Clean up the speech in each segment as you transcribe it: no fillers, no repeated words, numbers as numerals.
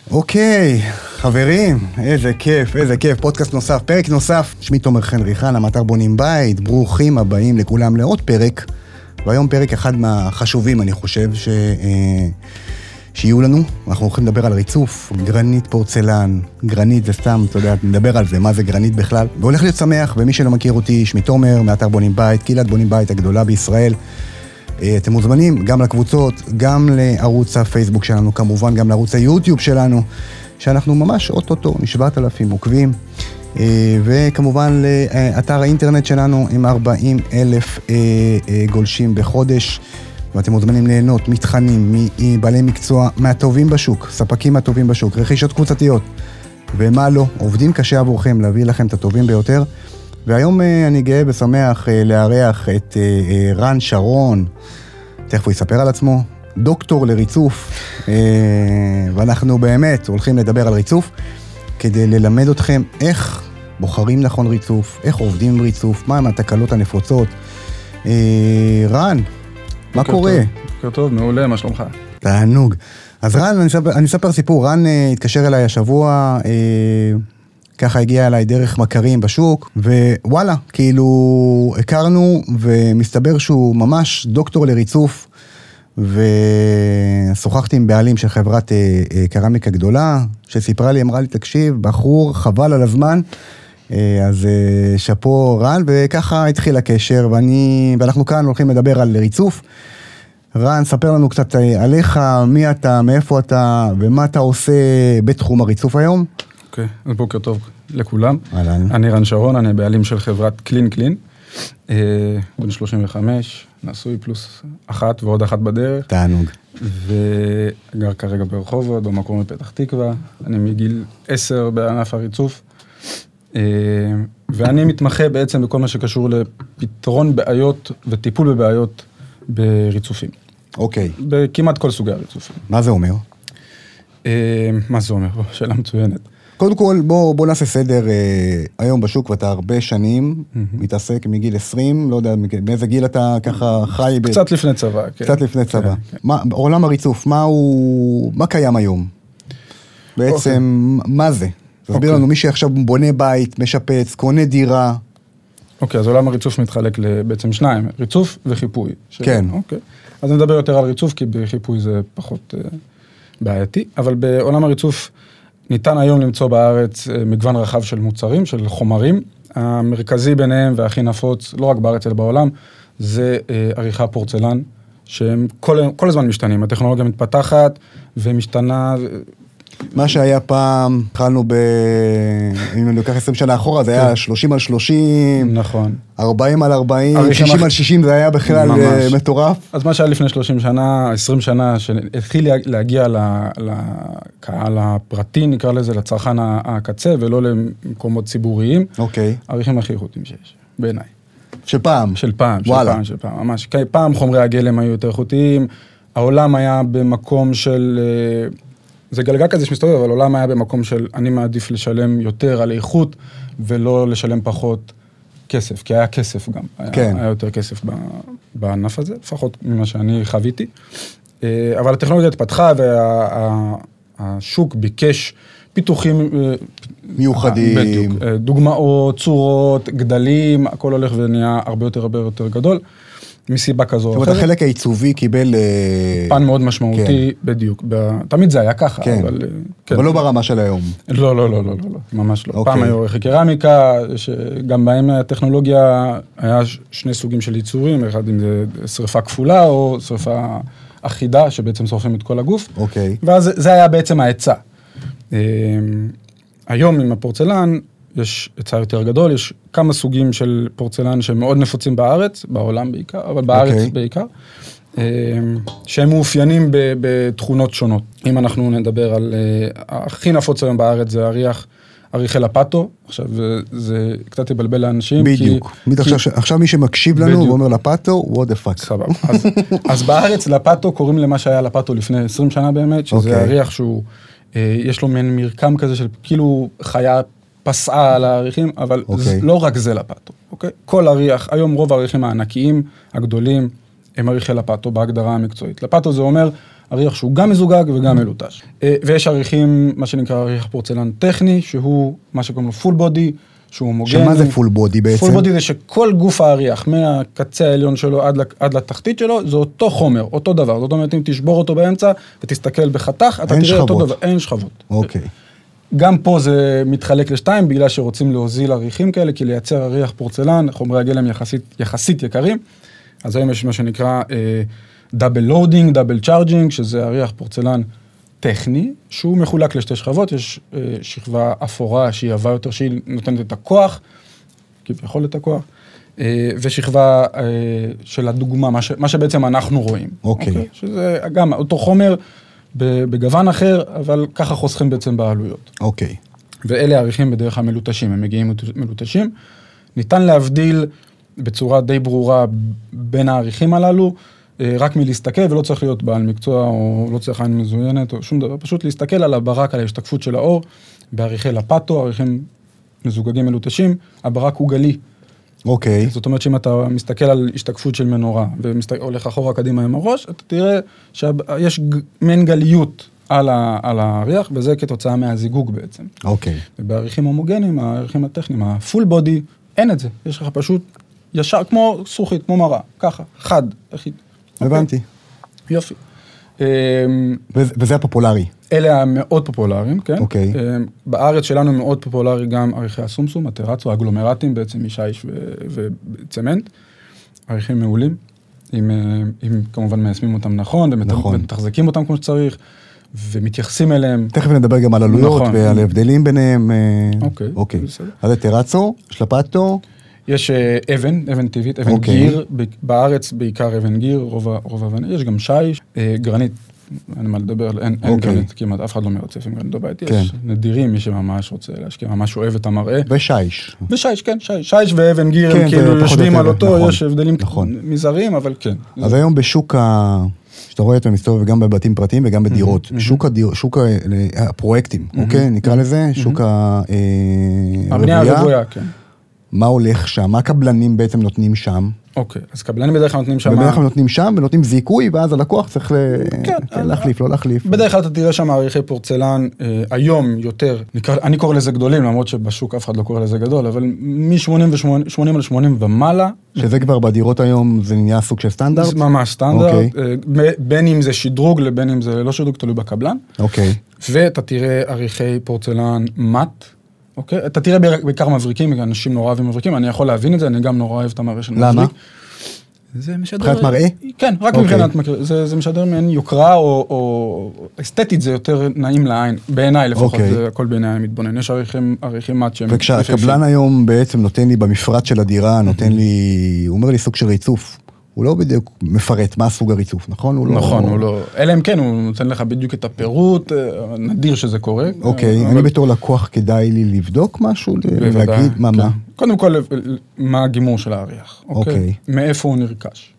אוקיי, חברים, איזה כיף, פודקאסט נוסף, פרק נוסף. שמי תומר חן ריחן, המאתר בונים בית, ברוכים הבאים לכולם לעוד פרק, והיום פרק אחד מהחשובים, אני חושב, שיהיו לנו. אנחנו הולכים לדבר על ריצוף, גרנית פורצלן, גרנית זה סתם, אתה יודע, נדבר על זה, מה זה גרנית בכלל. והולך להיות שמח, ומי שלא מכיר אותי, שמי תומר, מאתר בונים בית, קהילת בונים בית הגדולה בישראל. אתם מוזמנים גם לקבוצות, גם לערוץ הפייסבוק שלנו, כמובן גם לערוץ היוטיוב שלנו, שאנחנו ממש אוטוטו, 7,000 עוקבים, וכמובן לאתר האינטרנט שלנו עם 40,000 גולשים בחודש, ואתם מוזמנים ליהנות מתכנים, מבעלי מקצוע מהטובים בשוק, ספקים מהטובים בשוק, רכישות קבוצתיות, ומה לא, עובדים קשה עבורכם להביא לכם את הטובים ביותר, והיום אני גאה ושמח לארח את רן שרון, תכף הוא יספר על עצמו, דוקטור לריצוף, ואנחנו באמת הולכים לדבר על ריצוף, כדי ללמד אתכם איך בוחרים נכון ריצוף, איך עובדים עם ריצוף, מה הם התקלות הנפוצות. רן, מה קורה? בוקר טוב, מעולה, מה שלומך? תענוג. אז רן, אני אספר סיפור, רן התקשר אליי השבוע, ככה הגיע אליי דרך מכרים בשוק, ווואלה, כאילו הכרנו, ומסתבר שהוא ממש דוקטור לריצוף, ושוחחתי עם בעלים של חברת קרמיקה גדולה, שסיפרה לי, אמרה לי, תקשיב, בחור, חבל על הזמן, אז שפו רן, וככה התחיל הקשר, ואנחנו כאן הולכים לדבר על ריצוף. רן, ספר לנו קצת עליך, מי אתה, מאיפה אתה, ומה אתה עושה בתחום הריצוף היום. אוקיי, אז בוקר טוב לכולם. אהלן. אני רן שרון, אני בעלים של חברת קלין קלין, בן 35, נשוי פלוס אחת ועוד אחת בדרך. תענוג. וגר כרגע ברחובות, במקום בפתח תקווה. אני מגיל 10 בענף הריצוף, ואני מתמחה בעצם בכל מה שקשור לפתרון בעיות וטיפול בבעיות בריצופים. אוקיי. בכמעט כל סוגי הריצופים. מה זה אומר? מה זה אומר? שאלה מצוינת. קודם כל, בוא נעשה סדר היום בשוק, ואתה הרבה שנים מתעסק מגיל 20, לא יודע, באיזה גיל אתה ככה חי? קצת לפני צבא. קצת לפני צבא. עולם הריצוף, מה קיים היום? בעצם, מה זה? תסביר לנו, מי שעכשיו בונה בית, משפץ, קונה דירה. אוקיי, אז עולם הריצוף מתחלק בעצם שניים, ריצוף וחיפוי. כן. אוקיי. אז נדבר יותר על ריצוף, כי בחיפוי זה פחות בעייתי, אבל בעולם הריצוף ניתן היום למצוא בארץ מגוון רחב של מוצרים, של חומרים. המרכזי ביניהם והכי נפוץ, לא רק בארץ אלא בעולם, זה עריכה פורצלן, שהם כל הזמן משתנים. הטכנולוגיה מתפתחת ומשתנה. מה שהיה פעם, התחלנו אם אני לוקח 20 שנה אחורה, זה היה 30 על 30, נכון. 40 על 40, 60 על 60, זה היה בכלל מטורף. אז מה שהיה לפני 30 שנה, 20 שנה, שהתחיל להגיע לקהל הפרטי, נקרא לזה, לצרכן הקצה, ולא למקומות ציבוריים. אוקיי. העריכים הכי איכותיים שיש, בעיניי. של פעם? של פעם, ממש. פעם חומרי הגלם היו יותר איכותיים, העולם היה במקום של זה גלגל כזה שמסתובב, אבל העולם היה במקום של אני מעדיף לשלם יותר על איכות, ולא לשלם פחות כסף, כי היה כסף גם. כן. היה יותר כסף בענף הזה, לפחות ממה שאני חוויתי. אבל הטכנולוגיה התפתחה, והשוק ביקש פיתוחים מיוחדים. בדיוק. דוגמאות, צורות, גדלים, הכל הולך ונהיה הרבה יותר גדול. מסיבה כזו. זאת אומרת, החלק העיצובי קיבל פן מאוד משמעותי, בדיוק. תמיד זה היה ככה, אבל לא ברמה של היום. לא, ממש לא. פעם היו עריכי קרמיקה, שגם בהם הטכנולוגיה היה שני סוגים של ייצורים, אחד אם זה שריפה כפולה, או שריפה אחידה, שבעצם שורפים את כל הגוף. אוקיי. ואז זה היה בעצם ההיצע. היום עם הפורצלן, יש היצע יותר גדול, יש כמה סוגים של פורצלן שהם מאוד נפוצים בארץ, בעולם בעיקר, אבל בארץ בעיקר, שהם מאופיינים בתכונות שונות. אם אנחנו נדבר על הכי נפוץ היום בארץ, זה אריחי לפטו, עכשיו זה קצת יבלבל לאנשים. בדיוק. עכשיו מי שמקשיב לנו ואומר לפטו, what the fuck. סבבה. אז בארץ לפטו קוראים למה שהיה לפטו לפני 20 שנה באמת, שזה אריח שהוא, יש לו מין מרקם כזה של כאילו חיה פסעה על העריכים, אבל לא רק זה לפטו, אוקיי? כל עריך, היום רוב העריכים הענקיים, הגדולים, הם עריכי לפטו בהגדרה המקצועית. לפטו זה אומר, אריח שהוא גם מזוגג וגם מלוטש. ויש אריחים, מה שנקרא אריח פורצלן טכני, שהוא מה שקוראים לו פול בודי, שהוא הומוגני. שמה זה פול בודי בעצם? פול בודי זה שכל גוף האריח, מהקצה העליון שלו עד לתחתית שלו, זה אותו חומר, אותו דבר. זאת אומרת, אם תשבור אותו באמצע ותסתכל בחתך, אתה תראה אותו דבר. אין שכבות. אוקיי. גם פה זה מתחלק לשתיים, בגלל שרוצים להוזיל אריחים כאלה, כי לייצר אריח פורצלן, חומרי הגלם יחסית יקרים. אז היום יש מה שנקרא דאבל לואודינג, דאבל צ'ארג'ינג, שזה אריח פורצלן טכני, שהוא מחולק לשתי שכבות, יש שכבה אפורה שהיא עבה יותר, שהיא נותנת את הכוח, כביכול את הכוח, ושכבה של הדוגמה, מה שבעצם אנחנו רואים. אוקיי. שזה גם אותו חומר בגוון אחר, אבל ככה חוסכים בעצם בעלויות. אוקיי. ואלה העריכים בדרך המלוטשים, הם מגיעים מלוטשים. ניתן להבדיל בצורה די ברורה בין העריכים הללו, רק מלהסתכל, ולא צריך להיות בעל מקצוע, או לא צריך עין מזוינת, או שום דבר, פשוט להסתכל על הברק, על ההשתקפות של האור, בעריכי לפטו, עריכים מזוגגים מלוטשים, הברק הוא גלי. אוקיי. זאת אומרת שאם אתה מסתכל על השתקפות של מנורה, והולך אחורה קדימה עם הראש, אתה תראה שיש מעין גליות על האריח, וזה כתוצאה מהזיגוג בעצם. אוקיי. ובעריכים הומוגנים, העריכים הטכניים, הפול בודי, אין את זה. יש לך פשוט ישר, כמו זכוכית, כמו מראה, ככה, חד, אחיד. הבנתי. יופי. וזה הפופולרי. אלה המאוד פופולריים, כן? אוקיי. בארץ שלנו מאוד פופולרי גם עריכי הסומסום, הטרצו, הגלומרטים, בעצם משיש וצמנט. עריכים מעולים, אם כמובן מיישמים אותם נכון, ומתחזקים אותם כמו שצריך, ומתייחסים אליהם. תכף נדבר גם על עלויות ועל הבדלים ביניהם. אוקיי. אז טרצו, שלפטו. יש אבן טבעית, אבן גיר, בארץ בעיקר אבן גיר, רוב אבן, יש גם שיש, גרנית, אין מה לדבר, אין גרנית כמעט, אף אחד לא מרצף עם גרנית בבית, יש נדירים, מי שממש רוצה להשקיע, ממש אוהב את המראה. ושיש. ושיש, כן, שיש ואבן גיר, הם כאילו יושבים על אותו, יש הבדלים מזעריים, אבל כן. אז היום בשוק שאתה רואה אתה מסתובב גם בבתים פרטיים וגם בדירות, שוק הפרויקטים, אוקיי? נקרא לזה, שוק הבנייה הרוויה, כן. מה הולך שם? מה הקבלנים בעצם נותנים שם? אוקיי, אז קבלנים בדרך כלל נותנים שם... בדרך כלל נותנים שם ונותנים זיכוי, ואז הלקוח צריך להחליף, לא להחליף. בדרך כלל אתה תראה שם עריכי פורצלן, היום יותר, אני קורא לזה גדולים, למרות שבשוק אף אחד לא קורא לזה גדול, אבל מ-80 על 80 ומעלה... שזה כבר בדירות היום, זה נהיה סוג של סטנדרט? ממש סטנדרט, בין אם זה שדרוג לבין אם זה לא שדרוג, תלוי בקבלן. אוקיי. ואתה תראה עריכי פורצלן מט, אוקיי? אתה תראה בעיקר מבריקים, אנשים נורא אוהבים מבריקים, אני יכול להבין את זה, אני גם נורא אוהב את המראה של מבריק. למה? זה משדר... מבחינת מראה? כן, רק מבחינת מראה. זה משדר מעין יוקרה, או אסתטית, זה יותר נעים לעין, בעיניי לפחות, זה הכל בעיניי מתבונן. יש עריכים מט שהם... וכשהקבלן היום בעצם נותן לי במפרט של הדירה, נותן לי, הוא אומר לי סוג של ריצוף. הוא לא בדיוק מפרט מה סוג הריצוף, נכון? נכון, הוא לא... אלא אם כן, הוא נותן לך בדיוק את הפירוט, נדיר שזה קורה. אוקיי, אני בתור לקוח כדאי לי לבדוק משהו, להגיד מה? קודם כל, מה הגימור של האריח. אוקיי. מאיפה הוא נרכש.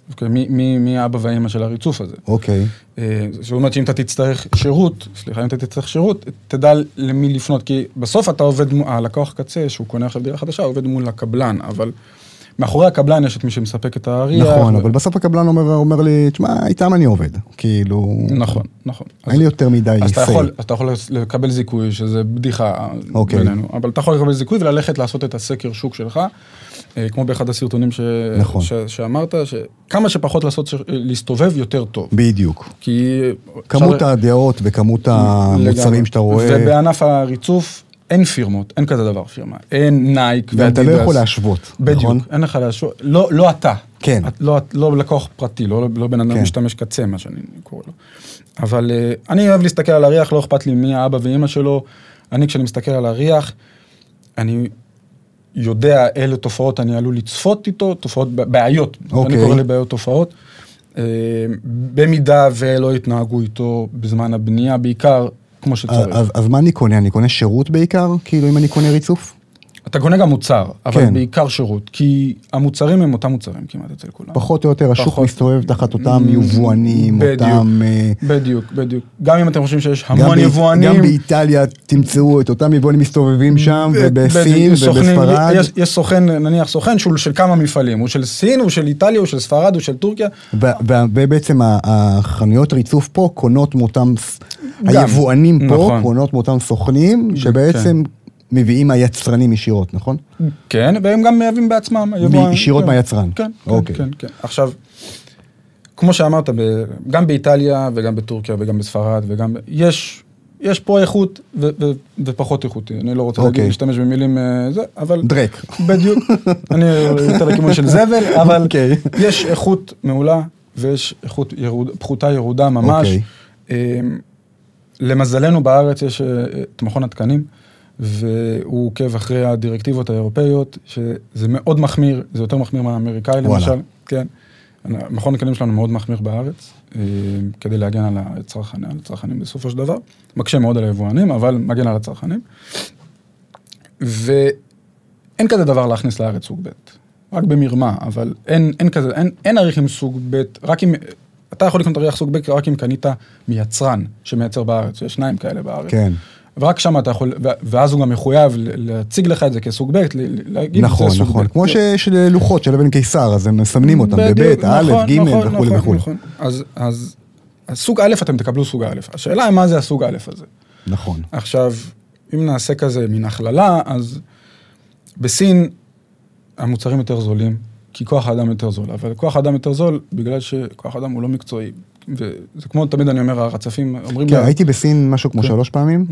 מי האבא והאמא של הריצוף הזה. אוקיי. זאת אומרת שאם אתה תצטרך שירות, אם אתה תצטרך שירות, תדע למי לפנות, כי בסוף אתה עובד, הלקוח קצה, שהוא קונה עכשיו דירה חדשה, עובד מול הקבלן, אבל מאחורי הקבלן יש את מי שמספק את האריח. נכון, אבל בסוף הקבלן אומר לי, תשמע, איתם אני עובד. כאילו... נכון. אין לי יותר מדי אז אתה יכול לקבל זיכוי, שזה בדיחה בינינו, אבל אתה יכול לקבל זיכוי וללכת לעשות את הסקר שוק שלך, כמו באחד הסרטונים שאמרת, שכמה שפחות להסתובב יותר טוב. בדיוק. כי... כמות הדעות וכמות המוצרים שאתה רואה... ובענף הריצוף, אין פירמות, אין כזה דבר פירמה, אין נייק ואתה לא יכול להשוות, בדיוק, אין לך להשוות, לא אתה, כן. לא לקוח פרטי, לא בן אדם משתמש קצה, מה שאני קורא לו. אבל אני אוהב להסתכל על הריח, לא אכפת לי מי האבא ואמא שלו, אני כשאני מסתכל על הריח, אני יודע אילו תופעות אני עלול לצפות איתו, תופעות בעיות, אני קורא לבעיות תופעות, במידה ולא התנהגו איתו בזמן הבנייה, בעיקר כמו שצריך. אז מה אני קונה? אני קונה שירות בעיקר? כאילו אם אני קונה ריצוף? אתה קונה גם מוצר, אבל כן. בעיקר שירות, כי המוצרים הם אותם מוצרים כמעט אצל כולם. פחות או יותר, השוק מסתובב תחת אותם יבואנים, אותם... בדיוק. גם אם אתם חושבים שיש המון יבואנים... גם באיטליה תמצאו את אותם יבואנים מסתובבים שם, ובסין ובספרד. יש סוכן, נניח סוכן, שהוא של כמה מפעלים, הוא של סין, הוא של איטליה, הוא של ספרד, הוא של טורקיה. ובעצם החנויות ריצוף פה קונות מאותם... היבואנים פה קונות מאותם סוכנים, שבעצם... מביאים היצרנים ישירות, נכון? כן, והם גם מייבאים בעצמם. ישירות מהיצרן. כן. עכשיו, כמו שאמרת, גם באיטליה וגם בטורקיה וגם בספרד, וגם יש פה איכות ופחות איכותי. אני לא רוצה להשתמש במילים זה, אבל... דרק. בדיוק. אני יותר לכיוון של זבל, אבל יש איכות מעולה, ויש איכות פחותה ירודה ממש. למזלנו בארץ יש את מכון התקנים, והוא עוקב אחרי הדירקטיבות האירופאיות, שזה מאוד מחמיר, זה יותר מחמיר מהאמריקאי למשל, כן. מכון התקנים שלנו מאוד מחמיר בארץ, כדי להגן על הצרכנים בסופו של דבר, מקשה מאוד על היבואנים, אבל מגן על הצרכנים, ואין כזה דבר להכניס לארץ סוג ב', רק במרמה, אבל אין כזה, אין עריכים סוג ב', רק אם, אתה יכול לקנות עריך סוג ב' רק אם קנית מיצרן שמייצר בארץ, יש 2 כאלה בארץ. כן. ורק שם אתה יכול, ואז הוא גם מחויב להציג לך את זה כסוג ב', להגיד את זה סוג ב'. נכון, כמו שיש לוחות של אבן קיסר, אז הם מסמנים אותם בב', א', ג' וכו'. נכון. אז סוג א' אתם תקבלו סוג א'. השאלה היא מה זה הסוג א' הזה. נכון. עכשיו, אם נעשה כזה מן הכללה, אז בסין המוצרים יותר זולים, כי כוח האדם יותר זול, אבל כוח האדם יותר זול בגלל שכוח האדם הוא לא מקצועי. וזה כמו תמיד אני אומר, הרצפים אומרים... כן, הייתי בסין משהו כמו 3 פעמים,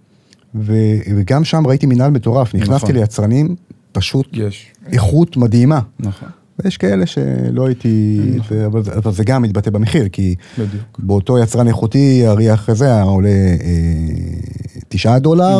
וגם שם ראיתי מנהל מטורף, נכנסתי ליצרנים, פשוט איכות מדהימה. נכון. ויש כאלה שלא הייתי, אבל זה גם מתבטא במחיר, כי באותו יצרן איכותי, הריח הזה עולה $9,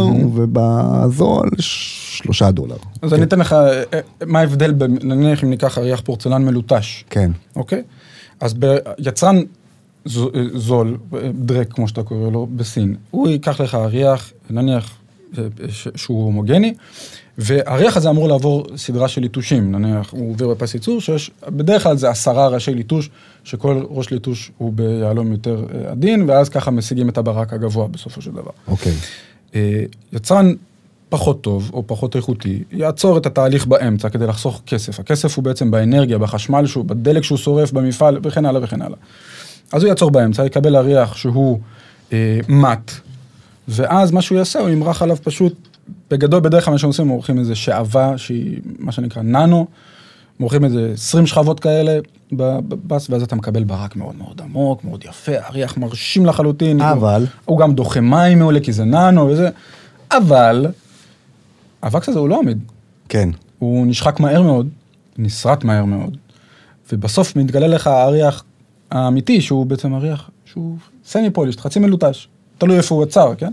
ובזול $3. אז אני אתן לך, מה ההבדל, נניח אם ניקח הריח פורצלן מלוטש. כן. אוקיי? אז ביצרן זול, דרק כמו שאתה קורא לו, בסין, הוא ייקח לך הריח, נניח שהוא הומוגני, והריח הזה אמור לעבור סדרה של ליטושים, נניח הוא עובר בפס ייצור, שיש בדרך כלל זה 10 ראשי ליטוש, שכל ראש ליטוש הוא ביעלום יותר עדין, ואז ככה משיגים את הברק הגבוה בסופו של דבר. אוקיי. יצרן פחות טוב או פחות איכותי, יעצור את התהליך באמצע כדי לחסוך כסף. הכסף הוא בעצם באנרגיה, בחשמל שהוא, בדלק שהוא שורף במפעל, וכן הלאה וכן הלאה. אז הוא יעצור באמצע, יקבל הריח שהוא מת, ואז מה שהוא יעשה, הוא ימרח עליו פשוט, בגדול בדרך כלל מה שעושים, מורחים איזה שעבה, שהיא מה שנקרא ננו, מורחים איזה 20 שכבות כאלה בבס, ואז אתה מקבל ברק מאוד מאוד עמוק, מאוד יפה, הריח מרשים לחלוטין. אבל? הוא גם דוחה מים מעולה, כי זה ננו וזה, אבל, האבקס הזה הוא לא עמיד. כן. הוא נשחק מהר מאוד, נסרט מהר מאוד, ובסוף מתגלה לך הריח האמיתי, שהוא בעצם הריח, שהוא סמי פוליש, חצי מלוטש, תלוי איפה הוא עצר, כן?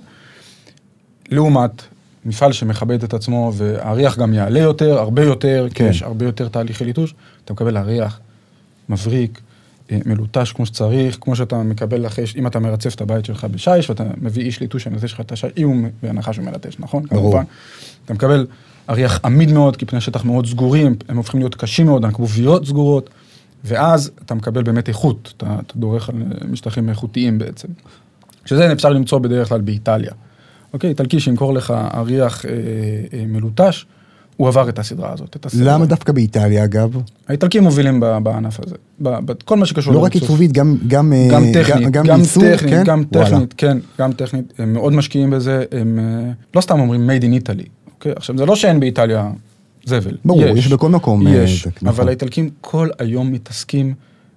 לעומת מפעל שמכבד את עצמו, והריח גם יעלה יותר, הרבה יותר, כי יש הרבה יותר תהליכי ליטוש, אתה מקבל הריח מבריק, מלוטש כמו שצריך, כמו שאתה מקבל אחרי, אם אתה מרצף את הבית שלך בשיש, ואתה מביא איש ליטוש שמלטש לך את השיש, אם הוא בהנחה שהוא מלטש, נכון? כמובן. אתה מקבל הריח עמיד מאוד, כי פני שטח מאוד סגורים, הם הופכים להיות קשים מאוד, הנקבוביות סגורות, ואז אתה מקבל באמת איכות, אתה דורך על משטחים איכותיים בעצם. שזה אפשר למצוא בדרך כלל באיטליה. אוקיי, איטלקי שימכור לך הריח מלוטש, הוא עבר את הסדרה הזאת. למה דווקא באיטליה, אגב? האיטלקים מובילים בענף הזה. כל מה שקשור... לא רק עיצובית, גם טכנית, גם טכנית, כן, גם טכנית. הם מאוד משקיעים בזה, הם לא סתם אומרים made in Italy. אוקיי, עכשיו, זה לא שאין באיטליה זבל. ברור, יש בכל מקום. יש, אבל האיטלקים כל היום מתעסקים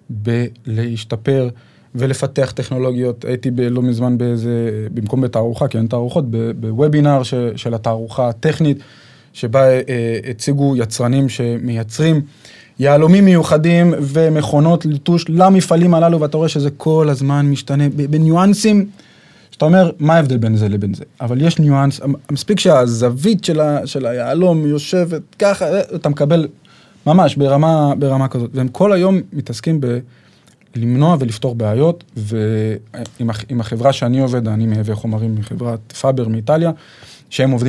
בלהשתפר ולפתח טכנולוגיות. הייתי לא מזמן במקום בתערוכה, כי אין תערוכות, בוובינר של התערוכה הטכנית, שבה הציגו יצרנים שמייצרים יהלומים מיוחדים ומכונות ליטוש למפעלים הללו, ואתה רואה שזה כל הזמן משתנה בניואנסים, שאתה אומר, מה ההבדל בין זה לבין זה? אבל יש ניואנס, מספיק שהזווית של היהלום יושבת ככה, אתה מקבל ממש ברמה כזאת, והם כל היום מתעסקים למנוע ולפתור בעיות, ועם החברה שאני עובד, אני מייבא חומרים מחברת פאבר מאיטליה, שהם עובדים עם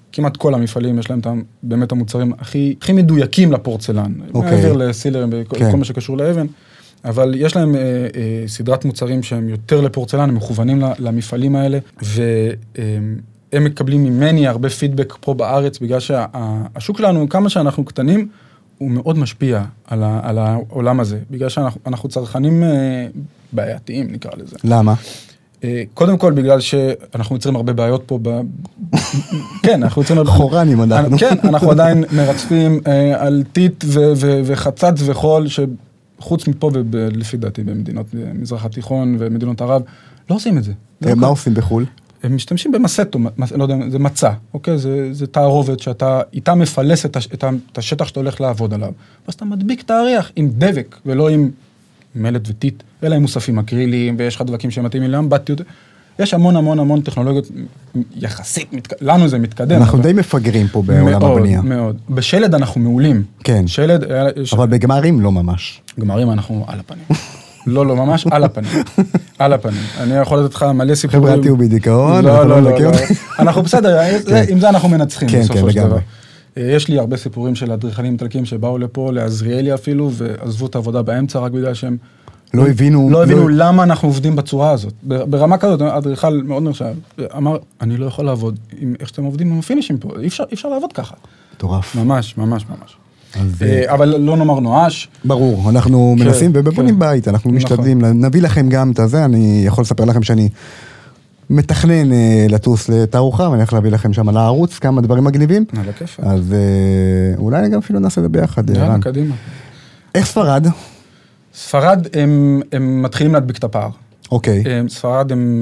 כמעט כל המפעלים יש להם באמת המוצרים הכי מדויקים לפורצלן, מעבר לסילרים וכל מה שקשור לאבן, אבל יש להם סדרת מוצרים שהם יותר לפורצלן, הם מכוונים למפעלים האלה, והם מקבלים ממני הרבה פידבק פה בארץ, בגלל שהשוק שלנו, כמה שאנחנו קטנים, הוא מאוד משפיע על העולם הזה, בגלל שאנחנו צרכנים בעייתיים, נקרא לזה. למה? קודם כל, בגלל שאנחנו יוצרים הרבה בעיות פה, כן, אנחנו יוצרים חורנים אנחנו. כן, אנחנו עדיין מרצפים על טיט וחצץ וחול, שחוץ מפה ולפי דעתי במדינות מזרח התיכון ומדינות ערב, לא עושים את זה. מה עושים בחול? הם משתמשים במסטו, לא יודע, זה מצע, אוקיי? זה תערובת שאתה איתה מפלס את השטח שאתה הולך לעבוד עליו, ואז אתה מדביק את האריח עם דבק, ולא עם מלט וטיט, אלא עם מוספים אקריליים, ויש לך דבקים שמתאימים לאמבטיות. יש המון טכנולוגיות יחסית, לנו זה מתקדם. אנחנו די מפגרים פה בעולם הבנייה. מאוד. בשלד אנחנו מעולים. כן. שלד, אבל בגמרים לא ממש. גמרים אנחנו על הפנים. לא, ממש על הפנים. על הפנים. אני יכול לתת לך מלא סיפורים. חבר'ה, תהיו בדיכאון. לא. אנחנו בסדר, עם זה אנחנו מנצחים בסופו של דבר. יש לי הרבה סיפורים של אדריכלים איטלקיים שבאו לפה, לעזריאלי אפילו, ועזבו את העבודה באמצע רק בגלל שהם לא הבינו למה אנחנו עובדים בצורה הזאת. ברמה כזאת, אדריכל מאוד נרשב, אמר, אני לא יכול לעבוד עם איך שאתם עובדים עם הפינישים פה, אי אפשר לעבוד ככה. מטורף. ממש. אבל לא נאמר נואש. ברור, אנחנו מנסים ובבונים בית, אנחנו משתדלים, נביא לכם גם את זה, אני יכול לספר לכם שאני מתכנן לטוס לתערוכה, ואני הולך להביא לכם שם על הערוץ כמה דברים מגניבים. על הכיף. אז אולי גם אפילו נעשה את זה ביחד. יאללה, קדימה. איך ספרד? ספרד הם מתחילים להדביק את הפער. אוקיי. ספרד הם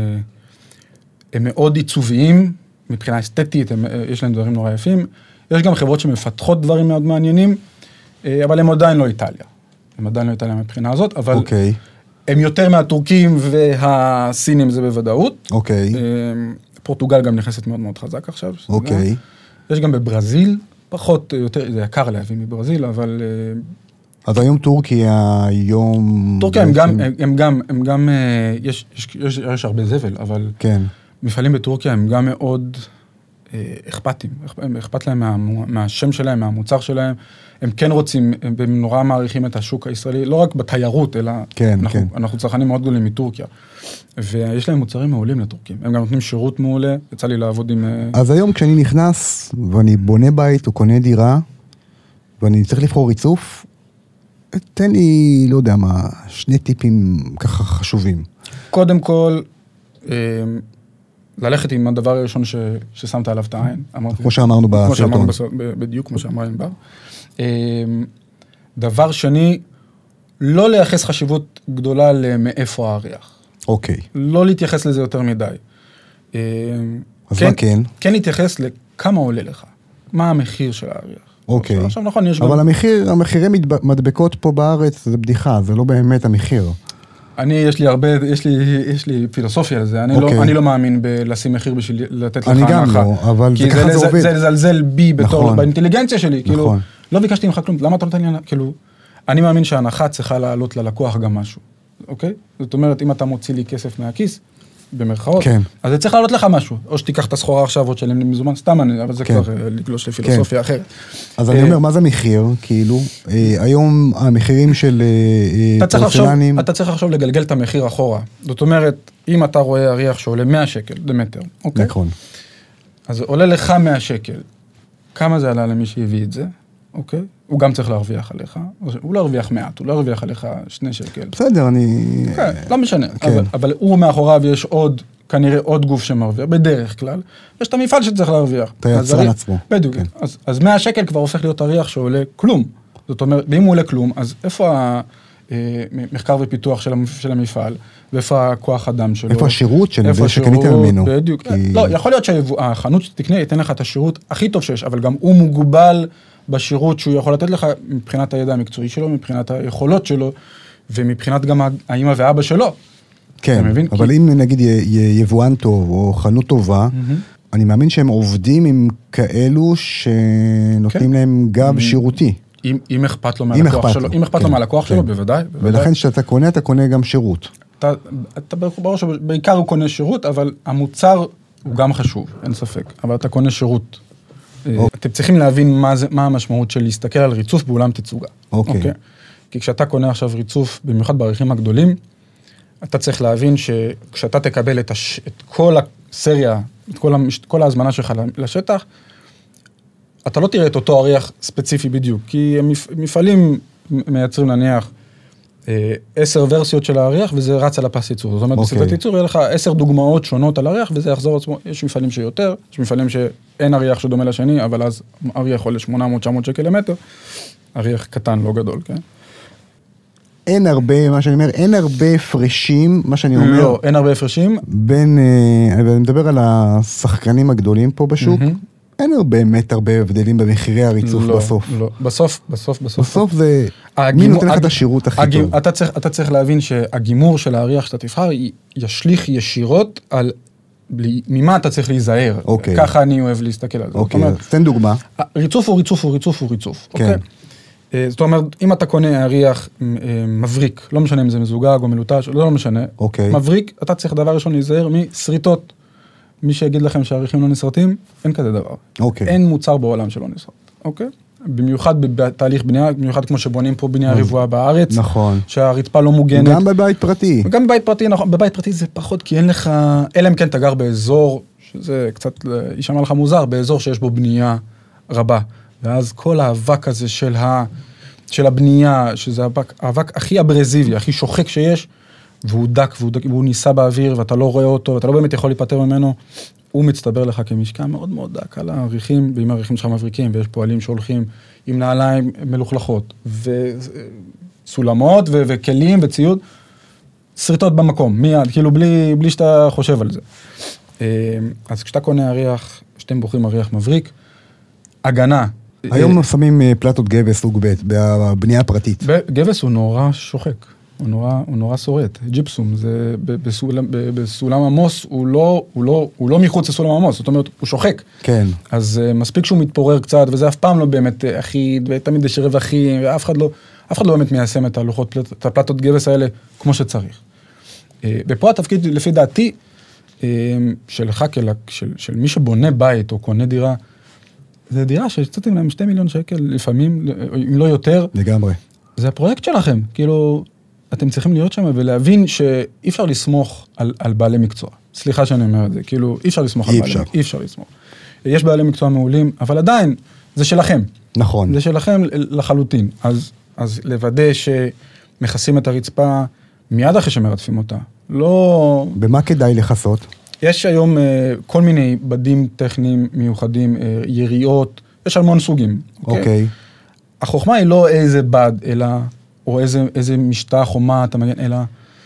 מאוד עיצוביים, מבחינה אסתטית, יש להם דברים נורא יפים. יש גם חברות שמפתחות דברים מאוד מעניינים, אבל הם עדיין לא איטליה. הם עדיין לא איטליה מבחינה הזאת, אבל הם יותר מהטורקים והסינים זה בוודאות. אוקיי. פורטוגל גם נכנסת מאוד מאוד חזק עכשיו. אוקיי. יש גם בברזיל, פחות, יותר, זה יקר להביא מברזיל, אבל אז היום טורקיה, היום... טורקיה הם גם, יש הרבה זבל, אבל מפעלים בטורקיה הם גם מאוד אכפתיים, אכפת להם מהשם שלהם, מהמוצר שלהם, הם כן רוצים, הם נורא מעריכים את השוק הישראלי, לא רק בתיירות, אלא אנחנו צרכנים מאוד גדולים מטורקיה, ויש להם מוצרים מעולים לטורקים, הם גם נותנים שירות מעולה, יצא לי לעבוד עם... אז היום כשאני נכנס ואני בונה בית או קונה דירה, ואני צריך לבחור ריצוף, תן לי, לא יודע מה, 2 טיפים ככה חשובים. קודם כל, ללכת עם הדבר הראשון ששמת עליו את העין. כמו שאמרנו בסרטון. בדיוק כמו שאמרה ענבר. דבר שני, לא לייחס חשיבות גדולה למאיפה האריח. אוקיי. לא להתייחס לזה יותר מדי. אז מה כן? כן להתייחס לכמה עולה לך. מה המחיר של האריח. אוקיי. עכשיו נכון, יש אבל המחירי מדבקות פה בארץ זה בדיחה, זה לא באמת המחיר. יש לי פילוסופיה על זה, אני לא מאמין בלשים מחיר בשביל לתת לך הנחה. אני גם לא, אבל זה ככה זה עובד. זה לזלזל בי באינטליגנציה שלי, כאילו, לא ביקשתי ממך כלום, למה אתה נותן לי הנחה? כאילו, אני מאמין שההנחה צריכה לעלות ללקוח גם משהו, אוקיי? זאת אומרת, אם אתה מוציא לי כסף מהכיס, במרכאות, אז זה צריך לעלות לך משהו, או שתיקח את הסחורה עכשיו, או תשלם לי מזומן, סתם, אבל זה כבר לגלוש לפילוסופיה אחרת. אז אני אומר, מה זה מחיר? כאילו, היום המחירים של פורצלנים... אתה צריך עכשיו לגלגל את המחיר אחורה. זאת אומרת, אם אתה רואה אריח שעולה 100 שקל למטר, אוקיי? נכון. אז עולה לך 100 שקל. כמה זה עלה למי שהביא את זה? אוקיי? הוא גם צריך להרוויח עליך. הוא לא הרוויח מעט, הוא לא הרוויח עליך 2 שקל. בסדר, לא משנה. אבל הוא מאחוריו יש כנראה עוד גוף שמרוויח, בדרך כלל. יש את המפעל שצריך להרוויח. את היצרן עצמו. בדיוק. אז 100 שקל כבר הופך להיות אריח שעולה כלום. זאת אומרת, ואם הוא עולה כלום, אז איפה המחקר ופיתוח של המפעל, ואיפה הכוח אדם שלו? איפה השירות שלו, זה שקניתם ממנו? בדיוק. לא, יכול להיות שהחנות שתקנה ייתן לך את השירות הכי טוב שיש, אבל גם הוא מוגבל בשירות שהוא יכול לתת לך מבחינת הידע המקצועי שלו, מבחינת היכולות שלו, ומבחינת גם האמא ואבא שלו. כן, אבל אם נגיד יבואן טוב או חנות טובה, אני מאמין שהם עובדים עם כאלו שנותנים להם גב שירותי. אם אכפת לו מהלקוח שלו, אם אכפת לו מהלקוח שלו, בוודאי. ולכן שאתה קונה, אתה קונה גם שירות. אתה ברור שבעיקר הוא קונה שירות, אבל המוצר הוא גם חשוב, אין ספק, אבל אתה קונה שירות. אתם צריכים להבין מה המשמעות של להסתכל על ריצוף באולם תצוגה. אוקיי. כי כשאתה קונה עכשיו ריצוף, במיוחד בערכים הגדולים, אתה צריך להבין שכשאתה תקבל את כל הסריה, את כל ההזמנה שלך לשטח, אתה לא תראה את אותו אריח ספציפי בדיוק, כי מפעלים מייצרים נניח 10 ורסיות של האריח, וזה רץ על הפס ייצור. זאת אומרת, בסרטת ייצור יהיה לך 10 דוגמאות שונות על אריח, וזה יחזור עצמו. יש מפעלים שיותר, יש מפעלים שאין אריח שדומה לשני, אבל אז אריח עולה 800-900 שקל למטר, אריח קטן, לא גדול, כן? אין הרבה, מה שאני אומר, אין הרבה הפרשים, מה שאני אומר. לא, אין הרבה הפרשים. אני מדבר על השחקנים הגדולים פה בשוק, אין באמת הרבה הבדלים במחירי הריצוף בסוף. לא, בסוף. בסוף זה, מי נותן לך את השירות הכי טוב? אתה צריך להבין שהגימור של האריח שאתה תבחר, ישליך ישירות על ממה אתה צריך להיזהר. ככה אני אוהב להסתכל על זה. אוקיי, תן דוגמה. ריצוף הוא ריצוף הוא ריצוף הוא ריצוף. כן. זאת אומרת, אם אתה קונה אריח מבריק, לא משנה אם זה מזוגג או מלוטש, לא משנה, מבריק, אתה צריך דבר ראשון להיזהר מסריטות. מי שיגיד לכם שהאריחים לא נסרטים, אין כזה דבר. אין מוצר בעולם שלא נסרט. אוקיי? במיוחד בתהליך בנייה, במיוחד כמו שבונים פה בנייה רבועה בארץ. נכון. שהרצפה לא מוגנת. גם בבית פרטי. גם בבית פרטי, נכון. בבית פרטי זה פחות, כי אין לך, אלא אם כן אתה גר באזור, שזה קצת יישמע לך מוזר, באזור שיש בו בנייה רבה. ואז כל האבק הזה של הבנייה, שזה האבק הכי אברזיבי, הכי שוחק שיש, והוא דק, והוא ניסה באוויר, ואתה לא רואה אותו, ואתה לא באמת יכול להיפטר ממנו, הוא מצטבר לך כמשקע מאוד מאוד דק על העריכים, ואם העריכים שלך מבריקים, ויש פועלים שהולכים עם נעליים מלוכלכות, וסולמות, וכלים, וציוד, שריטות במקום, מיד, כאילו בלי שאתה חושב על זה. אז כשאתה קונה אריח, כשאתם בוחרים אריח מבריק, הגנה. היום שמים פלטות גבס סוג ב' בבנייה הפרטית. גבס הוא נורא שוחק. הוא נורא שורט. ג'יפסום, זה בסולם עמוס, הוא לא מחוץ לסולם עמוס, זאת אומרת, הוא שוחק. כן. אז מספיק שהוא מתפורר קצת, וזה אף פעם לא באמת אחיד, ותמיד יש רווחים, ואף אחד לא באמת מיישם את הפלטות גבס האלה כמו שצריך. ופה התפקיד, לפי דעתי, שלך, של מי שבונה בית או קונה דירה, זה דירה שצאתם להם 2 מיליון שקל, לפעמים, אם לא יותר. לגמרי. זה הפרויקט שלכם, כאילו, אתם צריכים להיות שם ולהבין שאי אפשר לסמוך על בעלי מקצוע. סליחה שאני אומר את זה, כאילו, אי אפשר לסמוך על בעלי מקצוע. אי אפשר לסמוך. יש בעלי מקצוע מעולים, אבל עדיין, זה שלכם. נכון. זה שלכם לחלוטין. אז לוודא שמכסים את הרצפה מיד אחרי שמרדפים אותה. לא... במה כדאי לחסות? יש היום כל מיני בדים טכניים מיוחדים, יריות, יש המון סוגים. אוקיי. החוכמה היא לא איזה בד, אלא, או איזה משטח או מה אתה מגן, אלא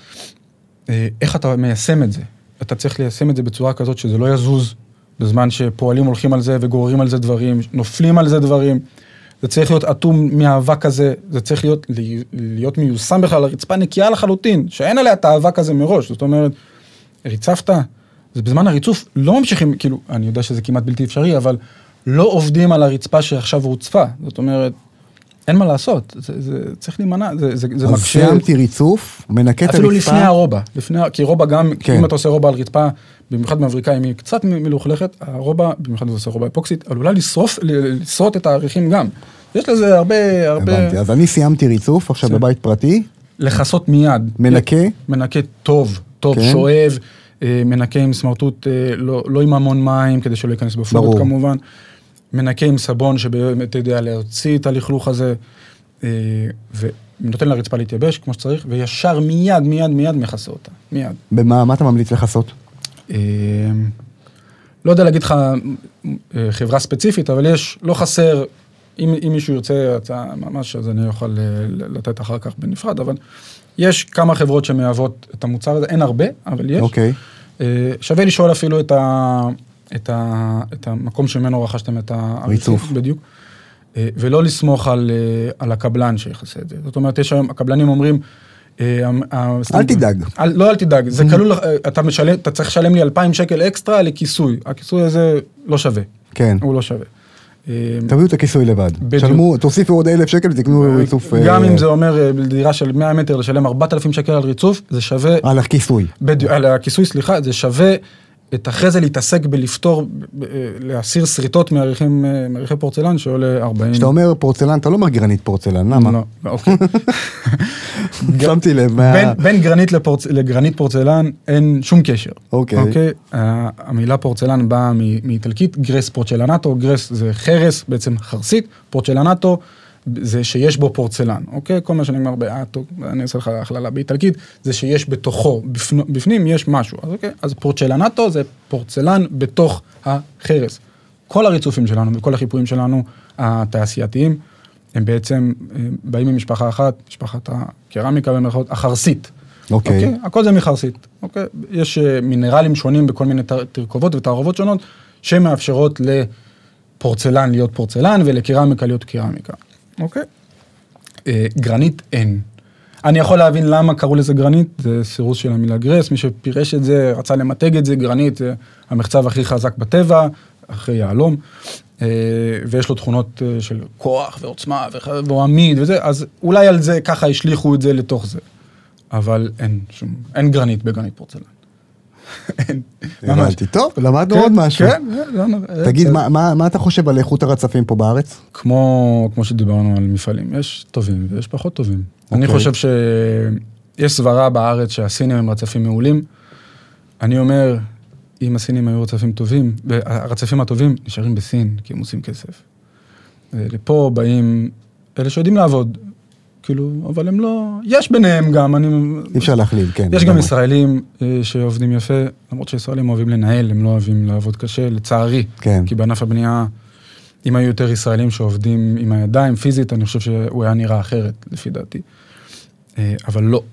איך אתה מיישם את זה. אתה צריך ליישם את זה בצורה כזאת שזה לא יזוז, בזמן שפועלים הולכים על זה וגוררים על זה דברים, נופלים על זה דברים. זה צריך להיות אטום מהאבק הזה, זה צריך להיות מיושם בכלל, הרצפה נקייה לחלוטין, שאין עליה את האבק הזה מראש. זאת אומרת, ריצפת, זה בזמן הריצוף לא ממשיכים, כאילו, אני יודע שזה כמעט בלתי אפשרי, אבל לא עובדים על הרצפה שעכשיו רוצפה. זאת אומרת, אין מה לעשות, זה צריך להימנע, זה מקשה. אז סיימתי ריצוף, מנקה את הרצפה. אפילו לפני הרובה, כי רובה גם, אם אתה עושה רובה על רצפה, במיוחד מאבריקה, אם היא קצת מלוכלכת, הרובה, במיוחד אתה עושה רובה אפוקסית, עלולה לשרוט את העריכים גם. יש לזה הרבה... הבנתי, אז אני סיימתי ריצוף, עכשיו בבית פרטי. לחסות מיד. מנקה? מנקה טוב, שואב, מנקה עם סמרטוט, לא עם המון מים, כדי שלא ייכנס בפלוגות כמובן. מנקה עם סבון שבאמת יודע להוציא את הלכלוך הזה, ונותן לרצפה להתייבש כמו שצריך, וישר מיד מכסה אותה, מיד. במה אתה ממליץ לחסות? לא יודע להגיד לך חברה ספציפית, אבל יש, לא חסר, אם מישהו ירצה ממש, אז אני יכול לתת אחר כך בנפרד, אבל יש כמה חברות שמהוות את המוצר הזה, אין הרבה, אבל יש. אוקיי. שווה לשאול אפילו את המקום שממנו רכשתם את הריצוף. בדיוק. ולא לסמוך על הקבלן שיחסה את זה. זאת אומרת, יש היום, הקבלנים אומרים, אל תדאג. לא אל תדאג, זה כלול, אתה צריך לשלם לי 2,000 שקל אקסטרה לכיסוי. הכיסוי הזה לא שווה. כן. הוא לא שווה. תביאו את הכיסוי לבד. שלמו, תוסיפו עוד 1,000 שקל ותקנו ריצוף. גם אם זה אומר, בדירה של 100 מטר לשלם 4,000 שקל על ריצוף, זה שווה... על הכיסוי. על הכיסוי, סליחה, זה שווה אחרי זה להתעסק בלפתור, להסיר שריטות מעריכי פורצלן, שעולה 40. כשאתה אומר פורצלן, אתה לא אומר גרנית פורצלן, למה? לא, אוקיי. שמתי לב. בין גרנית לגרנית פורצלן אין שום קשר. אוקיי. המילה פורצלן באה מאיטלקית, גרס פורצלנטו, גרס זה חרס, בעצם חרסית, פורצלנטו זה שיש בו פורצלן, אוקיי? כל מה שנגמר באטו, אני אעשה לך הכללה באיטלקית, זה שיש בתוכו, בפנים יש משהו, אז אוקיי? אז פורצלנטו זה פורצלן בתוך החרס. כל הריצופים שלנו וכל החיפויים שלנו, התעשייתיים, הם בעצם באים ממשפחה אחת, משפחת הקרמיקה במרכאות, החרסית. אוקיי. הכל זה מחרסית, אוקיי? יש מינרלים שונים בכל מיני תרכובות ותערובות שונות, שמאפשרות לפורצלן להיות פורצלן ולקרמיקה להיות קרמיקה. אוקיי? גרנית אין. אני יכול להבין למה קראו לזה גרנית, זה סירוס של המילה גרס, מי שפירש את זה, רצה למתג את זה, גרנית זה המחצב הכי חזק בטבע, אחרי יעלום, ויש לו תכונות של כוח ועוצמה והוא עמיד וזה, אז אולי על זה ככה השליחו את זה לתוך זה. אבל אין גרנית בגרנית פורצלן. הבנתי, טוב, למדנו עוד משהו. תגיד, מה אתה חושב על איכות הרצפים פה בארץ? כמו שדיברנו על מפעלים, יש טובים ויש פחות טובים. אני חושב שיש סברה בארץ שהסינים הם רצפים מעולים. אני אומר, אם הסינים היו רצפים טובים, והרצפים הטובים נשארים בסין, כי הם עושים כסף. לפה באים אלה שיודעים לעבוד, כאילו, אבל הם לא, יש ביניהם גם, אי אפשר להכליל, כן. יש גם ישראלים שעובדים יפה, למרות שישראלים אוהבים לנהל, הם לא אוהבים לעבוד קשה, לצערי. כן. כי בענף הבנייה, אם היו יותר ישראלים שעובדים עם הידיים פיזית, אני חושב שהוא היה נראה אחרת, לפי דעתי. אבל לא.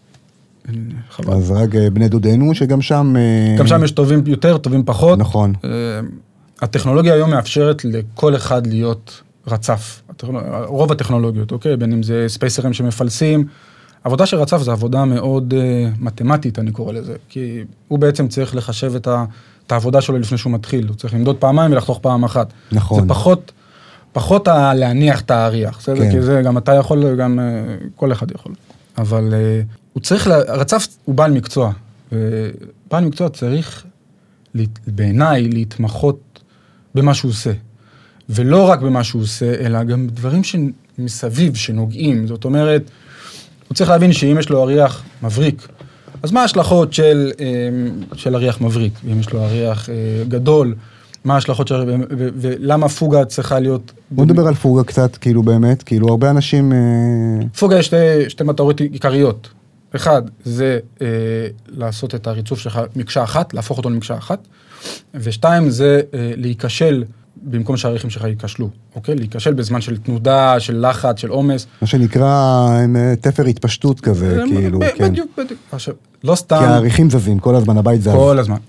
אז רק בני דודנו, שגם שם... גם שם יש טובים יותר, טובים פחות. נכון. הטכנולוגיה היום מאפשרת לכל אחד להיות רצף. רוב הטכנולוגיות, אוקיי? בין אם זה ספייסרים שמפלסים. עבודה של רצף זה עבודה מאוד מתמטית, אני קורא לזה. כי הוא בעצם צריך לחשב את העבודה שלו לפני שהוא מתחיל. הוא צריך למדוד פעמיים ולחתוך פעם אחת. נכון. זה פחות להניח את האריח. כן. כי זה גם אתה יכול, גם כל אחד יכול. אבל הוא צריך, הרצף הוא בעל מקצוע. ובעל מקצוע צריך, בעיניי, להתמחות במה שהוא עושה. ולא רק במה שהוא עושה, אלא גם דברים שמסביב, שנוגעים. זאת אומרת, הוא צריך להבין שאם יש לו אריח מבריק, אז מה ההשלכות של אריח מבריק? אם יש לו אריח גדול, מה ההשלכות של... ולמה פוגה צריכה להיות... בוא נדבר על פוגה קצת, כאילו באמת, כאילו הרבה אנשים... פוגה יש שתי מטרות עיקריות. אחד, זה לעשות את הריצוף שלך מקשה אחת, להפוך אותו למקשה אחת. ושתיים, זה להיכשל במקום שהעריכים שלך ייכשלו, אוקיי? להיכשל בזמן של תנודה, של לחץ, של עומס. מה שנקרא תפר התפשטות כזה, כאילו, כן. בדיוק. עכשיו, לא סתם... כי העריכים זזים, כל הזמן, הבית זז. כל הזמן.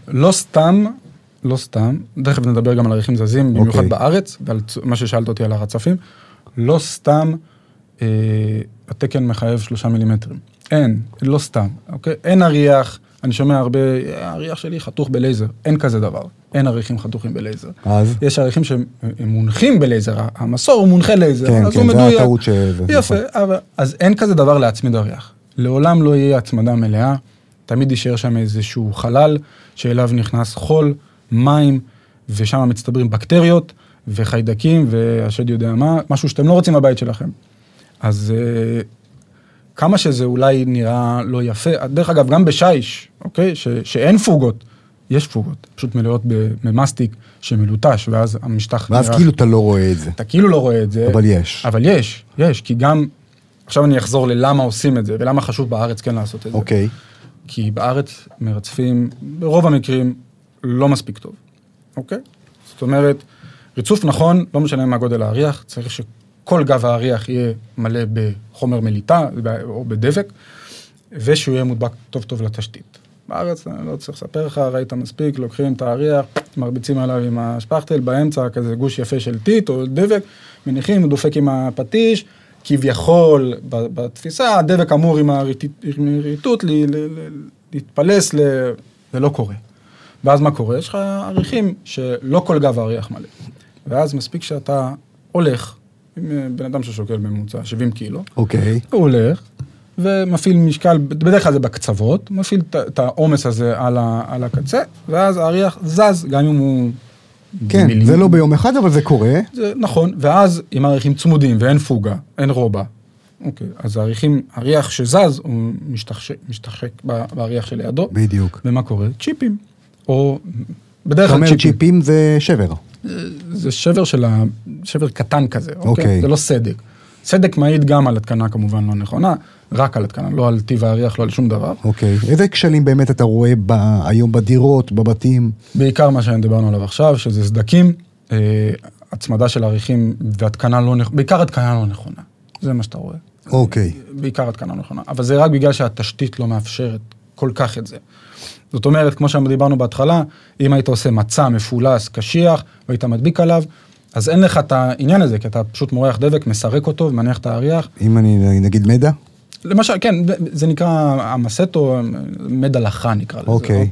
לא סתם, דרך נדבר גם על עריכים זזים, במיוחד בארץ, ועל מה ששאלת אותי על הרצפים, לא סתם התקן מחייב 3 מילימטרים. לא סתם, אוקיי? אין אריח, אני שומע הרבה, האריח שלי חתוך בלייזר, אין כזה דבר, אין עריכים חתוכים בלייזר. אז? יש עריכים שהם מונחים בלייזר, המסור הוא מונחה לייזר, כן, אז כן, הוא מדויק. זה הטעות שזה. יפה, אז אין כזה דבר להצמיד אריח. לעולם לא יהיה הצמדה מלאה, תמיד יישאר שם איזשהו חלל, שאליו נכנס חול, מים, ושם מצטברים בקטריות, וחיידקים, והשד יודע מה, משהו שאתם לא רוצים בבית שלכם. אז כמה שזה אולי נראה לא יפה, דרך אגב, גם בשיש, אוקיי, שאין פוגות, יש פוגות, פשוט מלאות במסטיק שמלוטש, ואז המשטח... ואז כאילו אתה לא רואה את זה. אתה כאילו לא רואה את זה. אבל יש. אבל יש, כי גם, עכשיו אני אחזור ללמה עושים את זה, ולמה חשוב בארץ כן לעשות את זה. אוקיי. כי בארץ מרצפים, ברוב המקרים, לא מספיק טוב, אוקיי? זאת אומרת, ריצוף נכון, לא משנה מה גודל האריח, צריך שכל גב האריח יהיה מלא בחומר מליטה, או בדבק, ושהוא יהיה מודבק טוב טוב לתשתית. בארץ, אני לא צריך לספר לך, ראית מספיק, לוקחים את האריח, מרביצים עליו עם השפכטל, באמצע כזה גוש יפה של טיט או דבק, מניחים, דופק עם הפטיש, כביכול, בתפיסה, הדבק אמור עם הרהיטות להתפלס, זה לא קורה. ואז מה קורה? יש לך עריכים שלא כל גב האריח מלא. ואז מספיק שאתה הולך, עם בן אדם ששוקל בממוצע 70 קילו, אוקיי. הוא הולך, ומפעיל משקל, בדרך כלל זה בקצוות, מפעיל את העומס הזה על הקצה, ואז האריח זז, גם אם הוא... כן, זה לא ביום אחד, אבל זה קורה. זה נכון, ואז אם האריחים צמודים ואין פוגה, אין רובה, אוקיי, אז האריח שזז, הוא משתחשק באריח שלידו. בדיוק. ומה קורה? צ'יפים. או בדרך כלל צ'יפים זה שבר. זה שבר קטן כזה, אוקיי? זה לא סדק. סדק מעיד גם על התקנה כמובן לא נכונה, רק על התקנה, לא על טיב האריח, לא על שום דבר. אוקיי. איזה כשלים באמת אתה רואה היום בדירות, בבתים? בעיקר מה שדיברנו עליו עכשיו, שזה סדקים, הצמדה של האריחים והתקנה לא נכונה, בעיקר התקנה לא נכונה. זה מה שאתה רואה. אוקיי. בעיקר התקנה לא נכונה. אבל זה רק בגלל שהתשתית לא מאפשרת כל כך את זה. זאת אומרת, כמו שדיברנו בהתחלה, אם היית עושה מצע מפולס, קשיח, והיית מדביק עליו, אז אין לך את העניין הזה, כי אתה פשוט מורח דבק, מסרק אותו ומניח את האריח. אם אני נגיד מדע? למשל, כן, זה נקרא המסטו, מדע לחה נקרא לזה, אוקיי?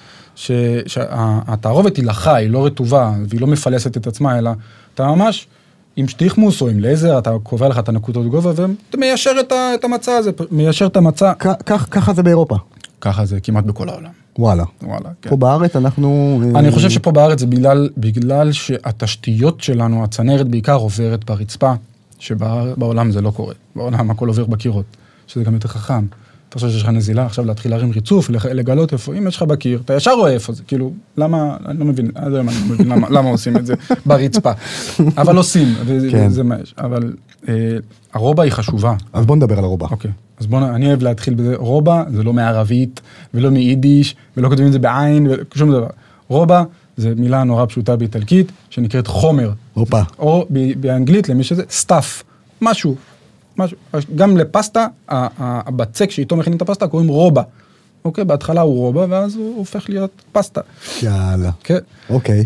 שהתערובת היא לחה, היא לא רטובה, והיא לא מפלסת את עצמה, אלא אתה ממש עם שטיחמוס או עם לייזר, אתה קובע לך את הנקודות גובה, ואתה מיישר את המצע הזה, מיישר את המצע. ככה זה באירופה. ככה זה כמעט בכל העולם. וואלה. כן. פה בארץ אנחנו... אני חושב שפה בארץ זה בגלל שהתשתיות שלנו, הצנרת בעיקר עוברת ברצפה, שבעולם זה לא קורה. בעולם הכל עובר בקירות, שזה גם יותר חכם. אתה חושב שיש לך נזילה, עכשיו להתחיל להרים ריצוף, לגלות איפה, אם יש לך בקיר, אתה ישר רואה איפה זה, כאילו, למה, אני לא מבין, למה עושים את זה ברצפה. אבל עושים, וזה מה יש. אבל הרובה היא חשובה. אז בוא נדבר על הרובה. אוקיי. אז אני אוהב להתחיל בזה. רובה זה לא מערבית, ולא מיידיש, ולא כותבים את זה בעין, ושום דבר. רובה זה מילה נורא פשוטה באיטלקית, שנקראת חומר. הופה. או באנגלית, למי שזה, סטאפ. משהו. גם לפסטה, הבצק שאיתו מכינים את הפסטה, קוראים רובה. אוקיי? בהתחלה הוא רובה, ואז הוא הופך להיות פסטה. יאללה. כן. אוקיי.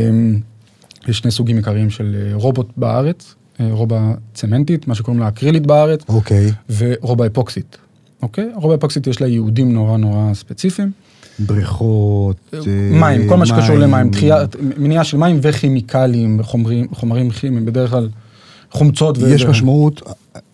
יש שני סוגים עיקריים של רובוט בארץ. רובה צמנטית, מה שקוראים לה אקרילית בארץ, אוקיי. ורובה אפוקסית. אוקיי? רובה אפוקסית יש לה ייעודים נורא נורא ספציפיים. בריכות, מים, כל מה שקשור למים, מניעה של מים וכימיקלים, חומרים כימיים, בדרך כלל חומצות. יש משמעות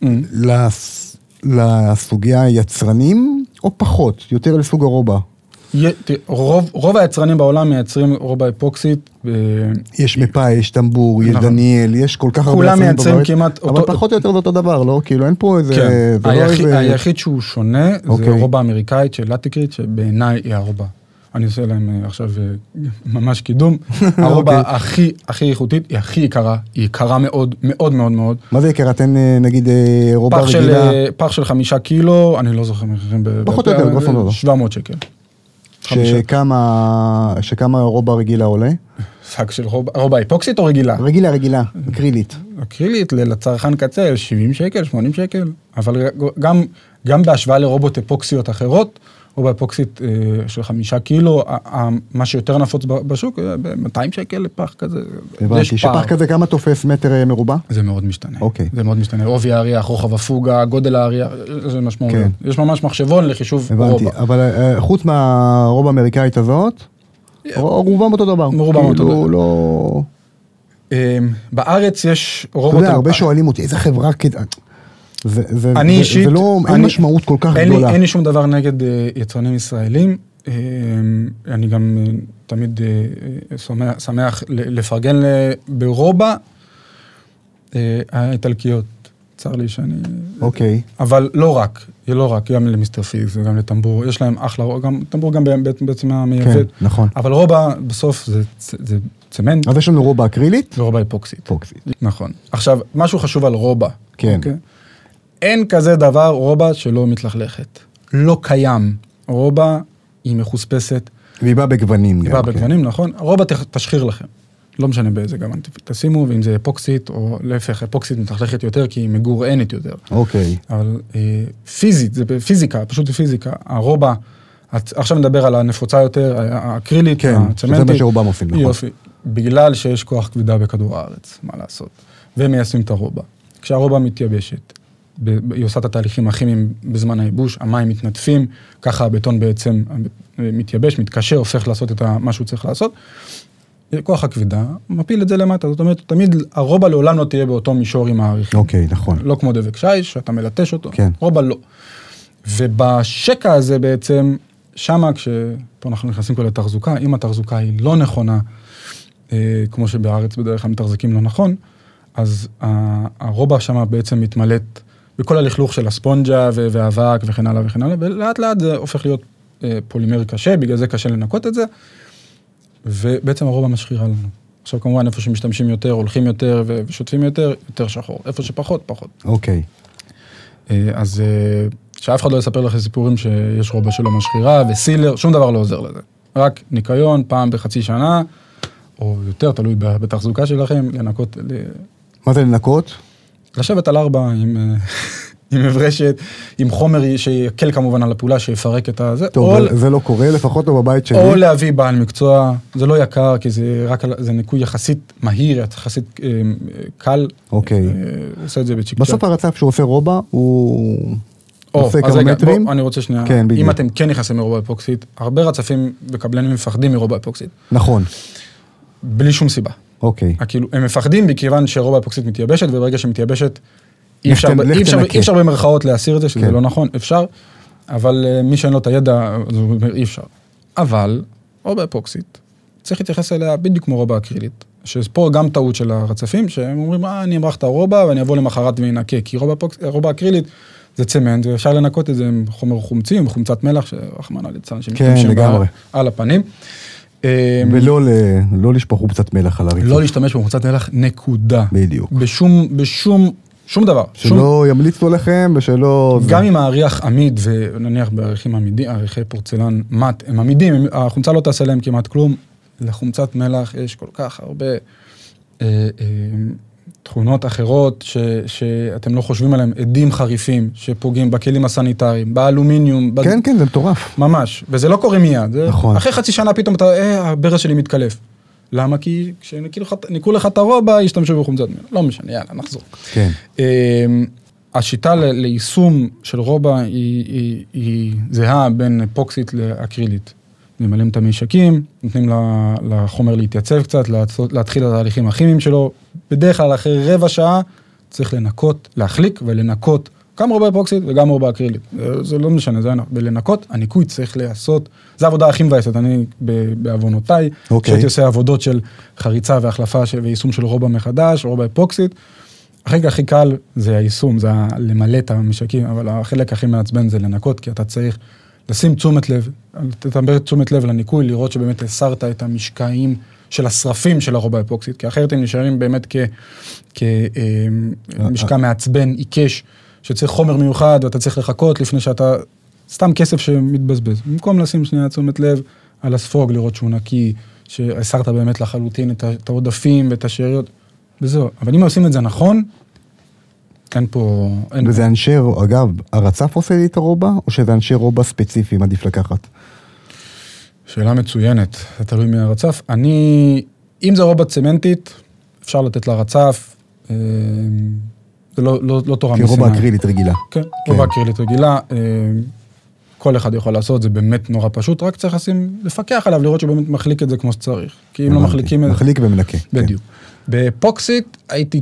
לסוגיה היצרנים או פחות? יותר לסוג הרובה? רוב היצרנים בעולם מייצרים רובה אפוקסית. יש מפה, יש טמבור, יש דניאל, יש כל כך הרבה יצרנים בארץ. אבל פחות או יותר זה אותו דבר, לא? כאילו אין פה איזה... כן, היחיד שהוא שונה זה רובה אמריקאית של לטיקרית, שבעיניי היא הרובה. אני עושה להם עכשיו ממש קידום. הרובה הכי איכותית, היא הכי יקרה, היא יקרה מאוד, מאוד מאוד מאוד. מה זה יקרה? תן נגיד רובה רגילה? פח של 5 קילו, אני לא זוכר מחירים. פחות או יותר, 700 שקל. שכמה רובה רגילה עולה? שק של רובה אפוקסית או רגילה? רגילה, אקרילית. אקרילית לצרכן קצה, 70 שקל, 80 שקל, אבל גם בהשוואה לרובוט אפוקסיות אחרות, רובה אפוקסית של 5 קילו, מה שיותר נפוץ בשוק, ב-200 שקל לפח כזה. הבנתי, שפח כזה כמה תופס מטר מרובע? זה מאוד משתנה. אוקיי. זה מאוד משתנה. עובי האריח, רוחב הפוגה, גודל האריח, זה משמעות. יש ממש מחשבון לחישוב רובה. הבנתי, אבל חוץ מהרובה האמריקאית הזאת, רובם אותו דבר. רובם אותו דבר. בארץ יש רובוט... אתה יודע, הרבה שואלים אותי, איזה חברה כדאי? זה לא, אין משמעות כל כך גדולה. אין לי שום דבר נגד יצרנים ישראלים. אני גם תמיד שמח לפרגן ברובע האיטלקיות. צר לי שאני... אוקיי. אבל לא רק, גם למיסטר פיגס וגם לטמבור. יש להם אחלה, טמבור גם בעצם המייבד. כן, נכון. אבל רובע בסוף זה צמנט. אז יש לנו רובע אקרילית? ורובע אפוקסית. נכון. עכשיו, משהו חשוב על רובע. כן. אין כזה דבר רובה שלא מתלכלכת. לא קיים. רובה היא מחוספסת. והיא באה בגוונים. היא באה בגוונים, נכון. רובה תשחיר לכם. לא משנה באיזה גוון תשימו, ואם זה אפוקסית, או להפך, אפוקסית מתלכלכת יותר, כי היא מגורענת יותר. אוקיי. אבל פיזית, זה בפיזיקה, פשוט בפיזיקה. הרובה, עכשיו נדבר על הנפוצה יותר, האקרילית, הצמנטית. כן, שזה מה שרובם עושים, נכון. יופי. בגלל שיש כוח כבידה בכדור הארץ, מה לעשות. והם מיישמים את הרובה. כשהרובה מתייבשת, היא עושה את התהליכים הכימיים בזמן הייבוש, המים מתנדפים, ככה הבטון בעצם מתייבש, מתקשה, הופך לעשות את מה שהוא צריך לעשות. כוח הכבידה, מפיל את זה למטה, זאת אומרת, תמיד הרובה לעולם לא תהיה באותו מישור עם העריכים. אוקיי, נכון. לא כמו דבק שיש, שאתה מלטש אותו, כן. רובה לא. ובשקע הזה בעצם, שמה פה אנחנו נכנסים כל לתחזוקה, אם התחזוקה היא לא נכונה, כמו שבארץ בדרך כלל מתחזקים לא נכון, אז הרובע שמה בעצם מתמלאת בכל הלכלוך של הספונג'ה והאבק וכן הלאה וכן הלאה, ולאט לאט זה הופך להיות פולימר קשה, בגלל זה קשה לנקות את זה, ובעצם הרובע משחירה לנו. עכשיו כמובן איפה שמשתמשים יותר, הולכים יותר ושוטפים יותר, יותר שחור. איפה שפחות, פחות. אוקיי. אז שאף אחד לא יספר לך סיפורים שיש רובע שלא משחירה וסילר, שום דבר לא עוזר לזה. רק ניקיון, פעם בחצי שנה, או יותר, תלוי בתחזוקה שלכם, לנקות. מה זה לנקות? לשבת על 4 עם מברשת, עם חומר שיקל כמובן על הפעולה, שיפרק את הזה. טוב, זה לא קורה, לפחות לא בבית שלי. או להביא בעל מקצוע, זה לא יקר, כי זה ניקוי יחסית מהיר, יחסית קל. אוקיי. הוא עושה את זה בצ'יק צ'ק. בסוף הרצף שהוא עושה רובע, הוא עושה כמה מטרים. אני רוצה שנייה, אם אתם כן נכנסים מרובע אפוקסית, הרבה רצפים וקבלנים מפחדים מרובע אפוקסית. נכון. בלי שום סיבה. אוקיי. כאילו, הם מפחדים מכיוון שרובע אפוקסית מתייבשת, וברגע שמתייבשת, אי אפשר במרכאות להסיר את זה, שזה לא נכון, אפשר, אבל מי שאין לו את הידע, אי אפשר. אבל, רובע אפוקסית, צריך להתייחס אליה בדיוק כמו רובע אקרילית, שפה גם טעות של הרצפים, שהם אומרים, אני אמרח את הרובע, ואני אבוא למחרת וינקה, כי רובע אקרילית זה צמנט, ואפשר לנקות את זה עם חומר חומצי, עם חומצת מלח, שרחמנא ליצלן, שמשתמשים על הפנים. ולא לשפוך חומצת מלח על הריצוף. לא להשתמש בחומצת מלח, נקודה. בדיוק. בשום דבר. שלא ימליצו לכם ושלא... גם אם העריך עמיד, ונניח בעריכים עמידים, עריכי פורצלן מת, הם עמידים, החומצה לא תעשה להם כמעט כלום, לחומצת מלח יש כל כך הרבה תכונות אחרות שאתם לא חושבים עליהם, עדים חריפים שפוגעים בכלים הסניטריים, באלומיניום. כן, כן, זה מטורף. ממש, וזה לא קורה מיד. נכון. אחרי חצי שנה פתאום הברז שלי מתקלף. למה? כי כשניקו לך את הרובע, ישתמשו בחומצת מלח. לא משנה, יאללה, נחזור. כן. השיטה ליישום של רובע היא זהה בין אפוקסית לאקרילית. ממלאים את המשקים, נותנים לחומר להתייצב קצת, להתחיל את התהליכים הכימיים שלו. בדרך כלל אחרי רבע שעה צריך לנקות, להחליק ולנקות גם רובע אפוקסית וגם רובע אקרילית. זה לא משנה, זה בלנקות, הניקוי צריך לעשות, זה העבודה הכי מבאסת, אני בעוונותיי, שהייתי עושה עבודות של חריצה והחלפה ויישום של רובע מחדש, רובע אפוקסית. החלק הכי קל זה היישום, זה למלא את המשקים, אבל החלק הכי מעצבן זה לנקות, כי אתה צריך לשים תשומת לב, תתאמר תשומת לב לניקוי, לראות שבאמת הסרת את המשקעים של השרפים של הרובע אפוקסית, כי אחרת הם נשארים באמת כמשקע מעצבן, עיקש, שצריך חומר מיוחד, ואתה צריך לחכות לפני שאתה, סתם כסף שמתבזבז. במקום לשים שנייה תשומת לב על הספוג, לראות שהוא נקי, שהסרת באמת לחלוטין את העודפים ואת השאריות, וזהו. אבל אם עושים את זה נכון, אין פה... וזה אנשי, אגב, הרצף עושה לי את הרובע, או שזה אנשי רובע ספציפיים עדיף לקחת? שאלה מצוינת, זה תלוי מהרצף. אם זה רובע צמנטית, אפשר לתת לרצף, זה לא תורה מסיני. כרובע אקרילית רגילה. כן, רובע אקרילית רגילה, כל אחד יכול לעשות, זה באמת נורא פשוט, רק צריך לפקח עליו, לראות שבאמת מחליק את זה כמו שצריך. כי אם לא מחליקים את זה... מחליק ומנקה. בדיוק. באפוקסית הייתי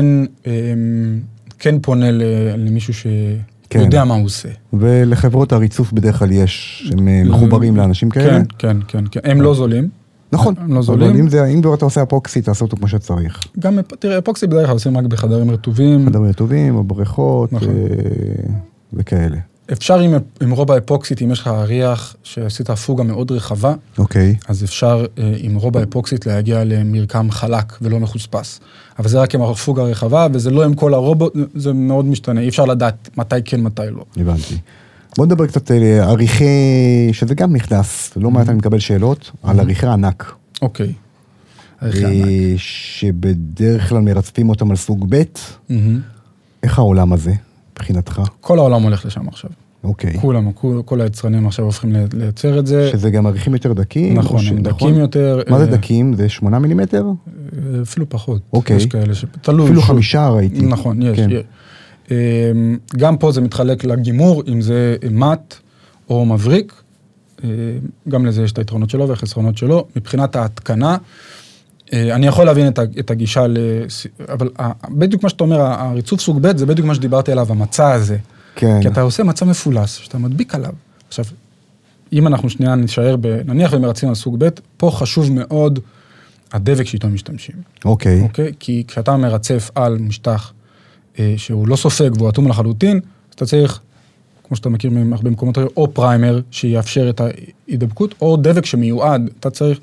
כן פונה למישהו שיודע מה הוא עושה. ולחברות הריצוף בדרך כלל יש, הם מחוברים לאנשים כאלה? כן. הם לא זולים. נכון. הם לא זולים. אבל אם אתה עושה אפוקסית, תעשה אותו כמו שצריך. גם, תראה, אפוקסית בדרך כלל עושים רק בחדרים רטובים. חדרים רטובים, או בריכות, וכאלה. אפשר עם רובע אפוקסית, אם יש לך אריח שעשית פוגה מאוד רחבה, אז אפשר עם רובע אפוקסית להגיע למרקם חלק ולא מחוספס. אבל זה רק עם הפוגה רחבה, וזה לא עם כל הרובע, זה מאוד משתנה. אי אפשר לדעת מתי כן, מתי לא. הבנתי. בוא נדבר קצת על עריכי, שזה גם נכנס, לא מעט אני מקבל שאלות, על עריכי ענק. אוקיי. עריכי ענק. שבדרך כלל מרצפים אותם על סוג ב'. איך העולם הזה? מבחינתך? כל העולם הולך לשם עכשיו. אוקיי. כל היצרנים עכשיו הופכים לייצר את זה. שזה גם עריכים יותר דקים? נכון, הם דקים יותר. מה זה דקים? זה 8 מילימטר? אפילו פחות. אוקיי. יש כאלה שתלוי. אפילו 5 ראיתי. נכון, יש. גם פה זה מתחלק לגימור, אם זה מת או מבריק. גם לזה יש את היתרונות שלו והחסרונות שלו. מבחינת ההתקנה, אני יכול להבין את הגישה, אבל בדיוק מה שאתה אומר, הריצוף סוג ב' זה בדיוק מה שדיברתי עליו, המצע הזה, כן. כי אתה עושה מצע מפולס, שאתה מדביק עליו. עכשיו, אם אנחנו שנייה נשאר נניח ומרצים על סוג ב', פה חשוב מאוד הדבק שאיתו משתמשים. אוקיי. אוקיי? כי כשאתה מרצף על משטח שהוא לא סופג והוא אטום לחלוטין, אתה צריך, כמו שאתה מכיר מהרבה מקומות, או פריימר שיאפשר את ההידבקות, או דבק שמיועד. אתה צריך,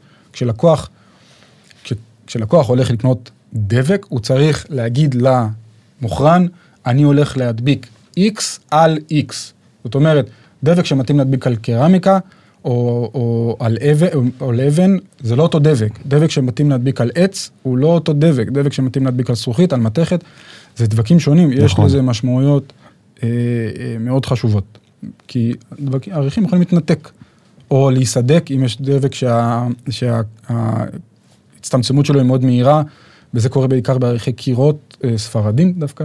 כשלקוח הולך לקנות דבק, הוא צריך להגיד למוכרן, אני הולך להדביק X על X. זאת אומרת, דבק שמתאים להדביק על קרמיקה, או על אבן, זה לא אותו דבק. דבק שמתאים להדביק על עץ, הוא לא אותו דבק. דבק שמתאים להדביק על זכוכית, על מתכת, זה דבקים שונים. יש לזה משמעויות מאוד חשובות. כי העריכים יכולים להתנתק, או להיסדק, אם יש דבק שההצטמצמות שלו היא מאוד מהירה, וזה קורה בעיקר בעריכי קירות ספרדים דווקא,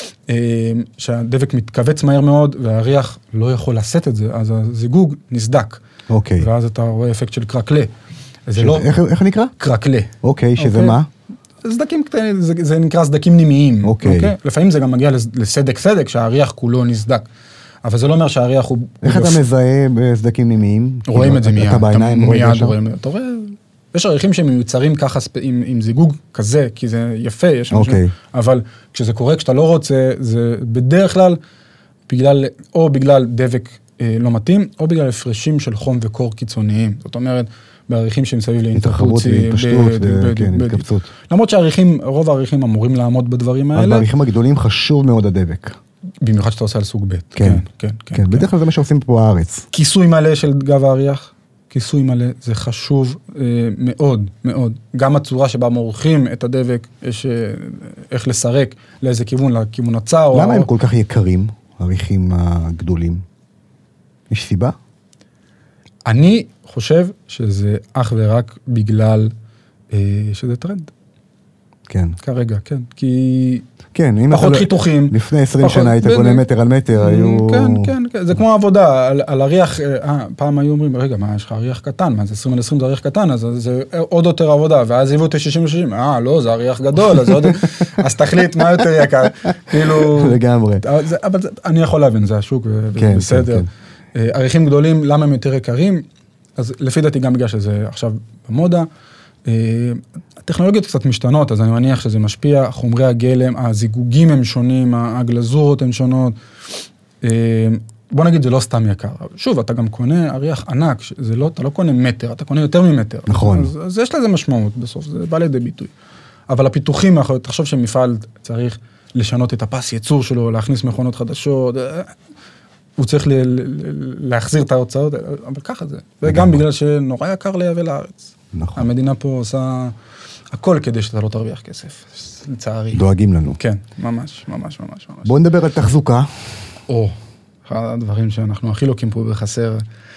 שהדבק מתכווץ מהר מאוד, והריח לא יכול לשאת את זה, אז הזיגוג נסדק. אוקיי. ואז אתה רואה אפקט של קרקלה. איך נקרא? קרקלה. אוקיי, שזה מה? סדקים קטנים, זה נקרא סדקים נימיים. אוקיי. לפעמים זה גם מגיע לסדק, שהריח כולו נסדק. אבל זה לא אומר שהריח הוא... איך אתה מזהה בסדקים נימיים? רואים את זה מיד. אתה בעיניים רואים את זה? אתה רואה... יש עריכים שמיוצרים ככה עם זיגוג כזה, כי זה יפה, יש משהו, אבל כשזה קורה, כשאתה לא רוצה, זה בדרך כלל או בגלל דבק לא מתאים, או בגלל הפרשים של חום וקור קיצוניים. זאת אומרת, בעריכים שמסביב להתרחבות והתפשטות, כן, התקבצות. למרות רוב העריכים אמורים לעמוד בדברים האלה. אז בעריכים הגדולים חשוב מאוד הדבק. במיוחד שאתה עושה על סוג ב'. כן, כן. בדרך כלל זה מה שעושים פה בארץ. כיסוי מלא של גב האריח. כיסוי מלא, זה חשוב מאוד, מאוד. גם הצורה שבה מורחים את הדבק, יש איך לסרק, לאיזה כיוון, לכיוון הצער. למה הם כל כך יקרים, העריכים הגדולים? יש סיבה? אני חושב שזה אך ורק בגלל שזה טרנד. כן. כרגע, כן. כי... כן, פחות חיתוכים. לפני 20 שנה היית קונה מטר על מטר, היו... כן, זה כמו עבודה, על אריח, פעם היו אומרים, רגע, מה, יש לך אריח קטן, מה, זה 20 על 20 זה אריח קטן, אז זה עוד יותר עבודה, ואז הביאו את 60 ל-60, לא, זה אריח גדול, אז תחליט מה יותר יקר, כאילו... לגמרי. אבל אני יכול להבין, זה השוק, וזה בסדר. אריחים גדולים, למה הם יותר יקרים? אז לפי דעתי גם בגלל שזה עכשיו במודה, הטכנולוגיות קצת משתנות, אז אני מניח שזה משפיע, חומרי הגלם, הזיגוגים הם שונים, הגלזורות הן שונות, בוא נגיד, זה לא סתם יקר. שוב, אתה גם קונה אריח ענק, אתה לא קונה מטר, אתה קונה יותר ממטר. נכון. אז יש לזה משמעות בסוף, זה בא לידי ביטוי. אבל הפיתוחים, תחשוב שמפעל צריך לשנות את הפס ייצור שלו, להכניס מכונות חדשות, הוא צריך להחזיר את ההוצאות, אבל ככה זה. וגם בגלל שנורא יקר לייבא לארץ. נכון. המדינה פה עושה הכל כדי שאתה לא תרוויח כסף, לצערי. דואגים לנו. כן, ממש. בואו נדבר על תחזוקה. אחד הדברים שאנחנו הכי לוקים פה בחסר.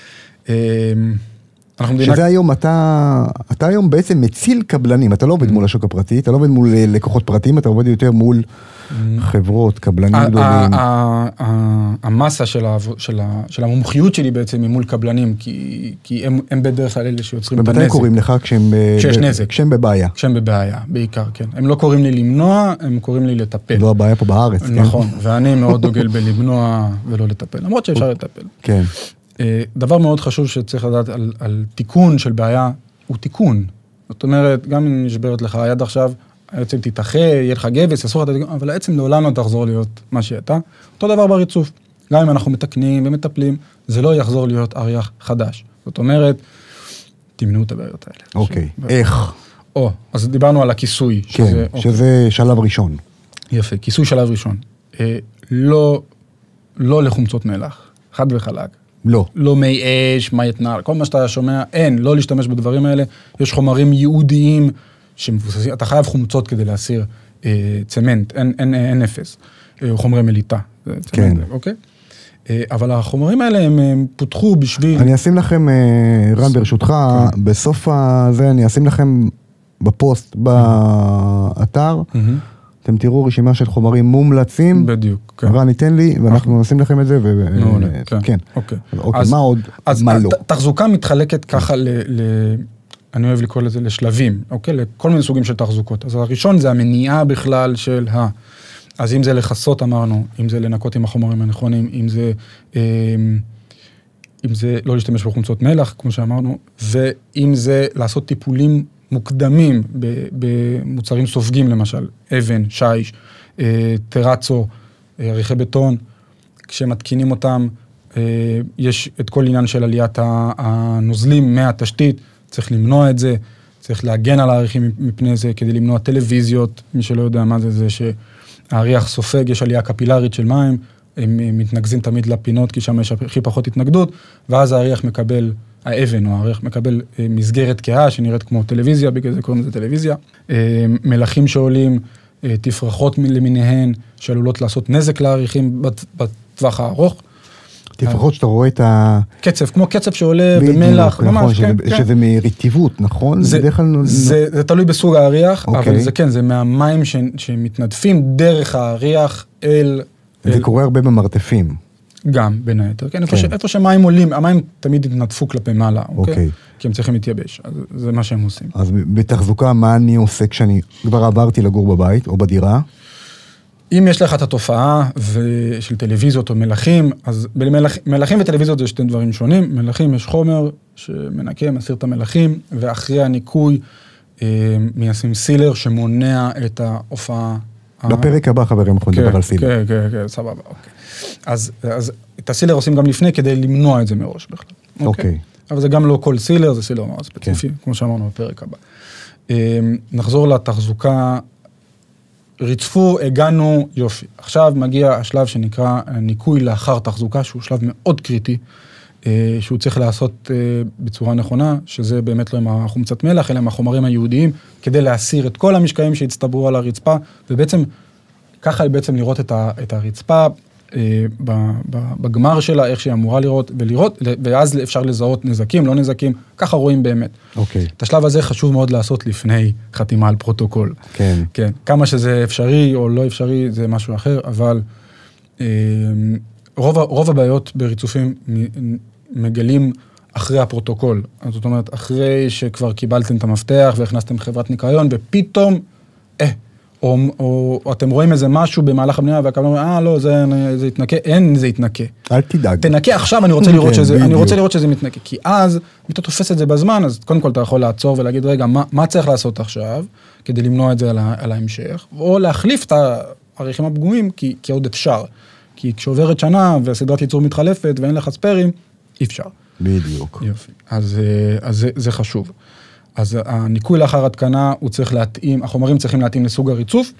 שזה היום, אתה היום בעצם מציל קבלנים, אתה לא עובד מול השוק הפרטי, אתה לא עובד מול לקוחות פרטיים, אתה עובד יותר מול חברות, קבלנים גדולים. המסה של המומחיות שלי בעצם היא מול קבלנים, כי הם בדרך כלל אלה שיוצרים את הנזק. ובתי קוראים לך כשיש נזק. כשהם בבעיה. כשהם בבעיה, בעיקר, כן. הם לא קוראים לי למנוע, הם קוראים לי לטפל. לא הבעיה פה בארץ, כן. נכון, ואני מאוד דוגל בלמנוע ולא לטפל, למרות שאפשר לטפל. כן. דבר מאוד חשוב שצריך לדעת על תיקון של בעיה, הוא תיקון. זאת אומרת, גם אם נשברת לך היד עכשיו, העצם תתאחה, יהיה לך גבס, יסור לך את התיקון, אבל העצם לעולם לא תחזור להיות מה שהייתה. אותו דבר בריצוף. גם אם אנחנו מתקנים ומטפלים, זה לא יחזור להיות אריח חדש. זאת אומרת, תמנעו את הבעיות האלה. אוקיי, איך? אז דיברנו על הכיסוי. כן, שזה שלב ראשון. יפה, כיסוי שלב ראשון. לא לחומצות מלח, חד וחלק. לא מי אש, מי אתנר, כל מה שאתה שומע, לא להשתמש בדברים האלה, יש חומרים ייעודיים שמבוססים, אתה חייב חומצות כדי להסיר צמנט, אין אפס, חומרי מליטה, כן. אוקיי? אבל החומרים האלה הם פותחו בשביל... אני אשים לכם, רן ברשותך, בסוף הזה אני אשים לכם בפוסט, באתר, אתם תראו רשימה של חומרים מומלצים. בדיוק, כן. רן ניתן לי, ואנחנו נשים לכם את זה, כן. אוקיי, מה עוד? מה לא? תחזוקה מתחלקת ככה אני אוהב לקרוא לזה לשלבים, אוקיי? לכל מיני סוגים של תחזוקות. אז הראשון זה המניעה בכלל של אז אם זה לחסות, אמרנו, אם זה לנקות עם החומרים הנכונים, אם זה לא להשתמש בחומצות מלח, כמו שאמרנו, ואם זה לעשות טיפולים מוקדמים במוצרים סופגים, למשל, אבן, שיש, טרצו, עריכי בטון, כשמתקינים אותם, יש את כל עניין של עליית הנוזלים מהתשתית, צריך למנוע את זה, צריך להגן על העריכים מפני זה, כדי למנוע טלוויזיות, מי שלא יודע מה זה, זה שהעריך סופג, יש עלייה קפילרית של מים, הם מתנגזים תמיד לפינות, כי שם יש הכי פחות התנגדות, ואז העריך מקבל, האבן או העריך מקבל מסגרת כהה, שנראית כמו טלוויזיה, בגלל זה קוראים לזה טלוויזיה, מלחים שעולים, תפרחות למיניהן, שעלולות לעשות נזק לעריכים בטווח הארוך. תפרחות שאתה רואה את ה... קצף, כמו קצף שעולה במלח, ממש, כן. שזה מרטיבות, נכון? זה תלוי בסוג העריך, אבל זה כן, זה מהמים שמתנדפים דרך העריך אל... זה קורה הרבה במרתפים. גם, בין היתר, כן, איפה שמים עולים, המים תמיד התנדפו כלפי מעלה, אוקיי? כי הם צריכים להתייבש, אז זה מה שהם עושים. אז בתחזוקה, מה אני עושה כשאני כבר עברתי לגור בבית או בדירה? אם יש לך את התופעה של טלוויזיות או מלחים, אז מלחים וטלוויזיות זה שתי דברים שונים. מלחים יש חומר שמנקה, מסיר את המלחים, ואחרי הניקוי מיישמים סילר שמונע את ההופעה. בפרק הבא, חברים, אנחנו נדבר על סילר. כן, סבבה, אוקיי. אז את הסילר עושים גם לפני כדי למנוע את זה מראש בכלל. אוקיי. אבל זה גם לא כל סילר, זה סילר מאוד ספציפי, כמו שאמרנו בפרק הבא. נחזור לתחזוקה, רצפו, הגענו, יופי. עכשיו מגיע השלב שנקרא ניקוי לאחר תחזוקה, שהוא שלב מאוד קריטי, שהוא צריך לעשות בצורה נכונה, שזה באמת לא עם החומצת מלח, אלא עם החומרים היהודיים, כדי להסיר את כל המשקעים שהצטברו על הרצפה, ובעצם, ככה בעצם לראות את הרצפה, בגמר שלה, איך שהיא אמורה לראות, ואז אפשר לזהות נזקים, לא נזקים, ככה רואים באמת. אוקיי. את השלב הזה חשוב מאוד לעשות לפני חתימה על פרוטוקול. כן. כן. כמה שזה אפשרי או לא אפשרי, זה משהו אחר, אבל רוב הבעיות בריצופים מגלים אחרי הפרוטוקול. זאת אומרת, אחרי שכבר קיבלתם את המפתח והכנסתם חברת ניקיון, ופתאום, או אתם רואים איזה משהו במהלך הבנייה, והקבלן אומר, לא, זה יתנקה, אין, זה יתנקה. אל תדאג. תנקה עכשיו, אני רוצה לראות שזה מתנקה, כי אז, אם אתה תופס את זה בזמן, אז קודם כל אתה יכול לעצור ולהגיד, רגע, מה צריך לעשות עכשיו, כדי למנוע את זה על ההמשך, או להחליף את העריכים הפגומים, כי עוד אפשר. כי כשעוברת שנה, והסדרת ייצור מתחלפת, ואין לך ספרים, אי אפשר. בדיוק. יופי. אז זה חשוב. אז הניקוי לאחר התקנה, הוא צריך להתאים, החומרים צריכים להתאים לסוג הריצוף,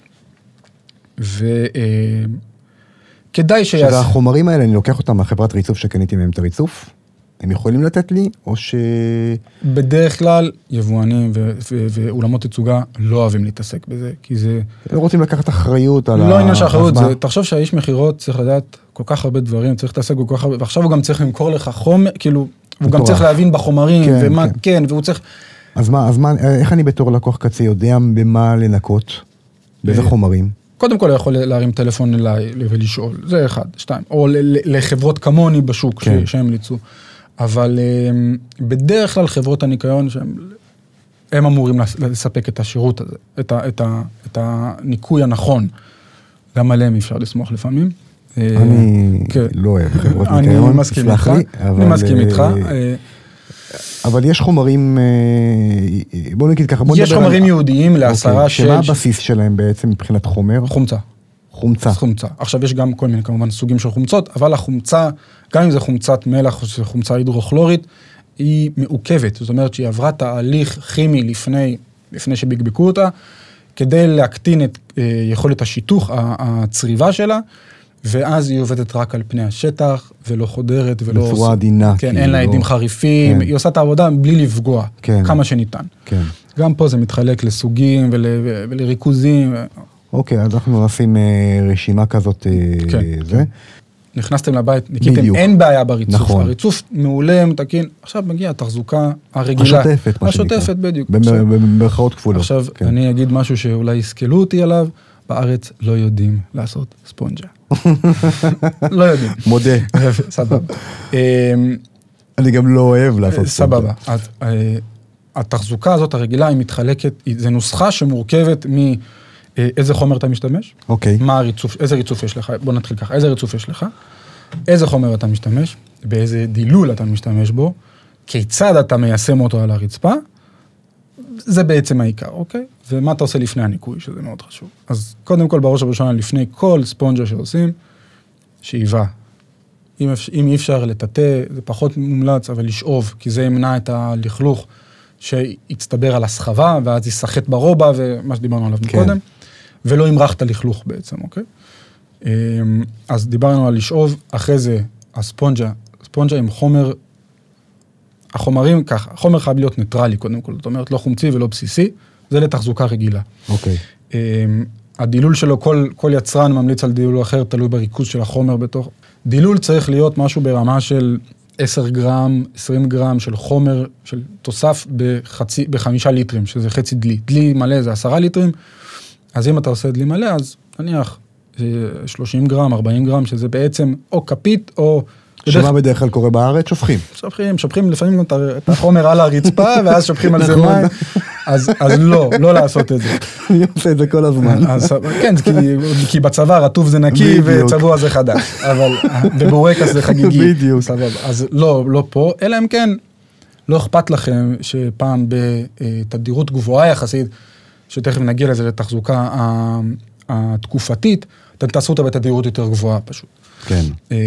וכדאי שזה החומרים האלה, אני לוקח אותם מהחברת ריצוף שקניתי מהם את הריצוף, הם יכולים לתת לי, או בדרך כלל, יבואנים ואולמות תצוגה לא אוהבים להתעסק בזה, כי זה... לא רוצים לקחת אחריות על לא עניין של אחריות, תחשוב שהאיש מחירות צריך לדעת כל כך הרבה דברים, צריך להתעסק כל כך הרבה, ועכשיו הוא גם צריך למכור לך חומר, כאילו, הוא גם צריך להבין בחומרים, ומה כן, והוא צריך... אז מה, איך אני בתור לקוח קצה יודע במה לנקות? באיזה חומרים? קודם כל, יכול להרים טלפון אליי ולשאול, זה אחד, שתיים, או לחברות כמוני בשוק שהם ליצו. אבל בדרך כלל חברות הניקיון, הם אמורים לספק את השירות הזה, את הניקוי הנכון. גם עליהם אפשר לסמוך לפעמים. אני לא אוהב חברות ניקיון, אני מסכים איתך. אבל יש חומרים, בוא נגיד ככה, יש חומרים יהודיים להסרה שמה הבסיס שלהם בעצם מבחינת חומר? חומצה. עכשיו יש גם כל מיני כמובן סוגים של חומצות, אבל החומצה, גם אם זה חומצת מלח או שזה חומצה הידרוכלורית, היא מעוכבת. זאת אומרת שהיא עברה תהליך כימי לפני שבקבקו אותה, כדי להקטין את יכולת השיתוך, הצריבה שלה, ואז היא עובדת רק על פני השטח, ולא חודרת, ולא... בצורה עדינה. כן, אין לה עדים חריפים, היא עושה את העבודה בלי לפגוע, כמה שניתן. גם פה זה מתחלק לסוגים ולריכוזים. אוקיי, אז אנחנו נשים רשימה כזאת, זה. נכנסתם לבית, ניקיתם, אין בעיה בריצוף. הריצוף מעולה, מתקין, עכשיו מגיעה התחזוקה הרגילה. השוטפת, מה שנקרא. השוטפת, בדיוק. במרכאות כפולות. עכשיו, אני אגיד משהו שאולי יסכלו אותי עליו, בארץ לא יודעים לעשות ספונג'ה. לא יודעים. מודה. סבבה. אני גם לא אוהב לעשות ספונג'ה. סבבה. התחזוקה הזאת הרגילה היא מתחלקת, זה נוסחה שמורכבת איזה חומר אתה משתמש? אוקיי. איזה ריצוף יש לך? בוא נתחיל ככה, איזה ריצוף יש לך? איזה חומר אתה משתמש? באיזה דילול אתה משתמש בו? כיצד אתה מיישם אותו על הרצפה? זה בעצם העיקר, אוקיי? ומה אתה עושה לפני הניקוי, שזה מאוד חשוב. אז קודם כל, בראש ובראשונה, לפני כל ספונג'ה שעושים, שאיבה. אם אי אפשר לטאטא, זה פחות מומלץ, אבל לשאוב, כי זה ימנע את הלכלוך שיצטבר על הסחבה, ואז ישחט ברובע, ומה שדיברנו עליו מקודם, ולא ימרח את הלכלוך בעצם, אוקיי? אז דיברנו על לשאוב, אחרי זה הספונג'ה עם חומר, החומרים ככה, החומר חייב להיות ניטרלי קודם כל, זאת אומרת לא חומצי ולא בסיסי, זה לתחזוקה רגילה. אוקיי. הדילול שלו, כל יצרן ממליץ על דילול אחר, תלוי בריכוז של החומר בתוך. דילול צריך להיות משהו ברמה של 10 גרם, 20 גרם של חומר, של תוסף ב5 ליטרים, שזה חצי דלי. דלי מלא זה 10 ליטרים, אז אם אתה עושה דלי מלא, אז נניח 30 גרם, 40 גרם, שזה בעצם או כפית או... שמה בדרך כלל קורה בארץ? שופכים לפעמים גם את החומר על הרצפה, ואז שופכים על זה מים, אז לא לעשות את זה. אני עושה את זה כל הזמן. כן, כי בצבא רטוב זה נקי, וצבוע זה חדש, ובורקס זה חגיגי. בדיוק. אז לא פה, אלא אם כן, לא אכפת לכם שפעם בתדירות גבוהה יחסית, שתכף נגיע לזה לתחזוקה התקופתית, אתם תעשו אותה בתדירות יותר גבוהה פשוט. כן.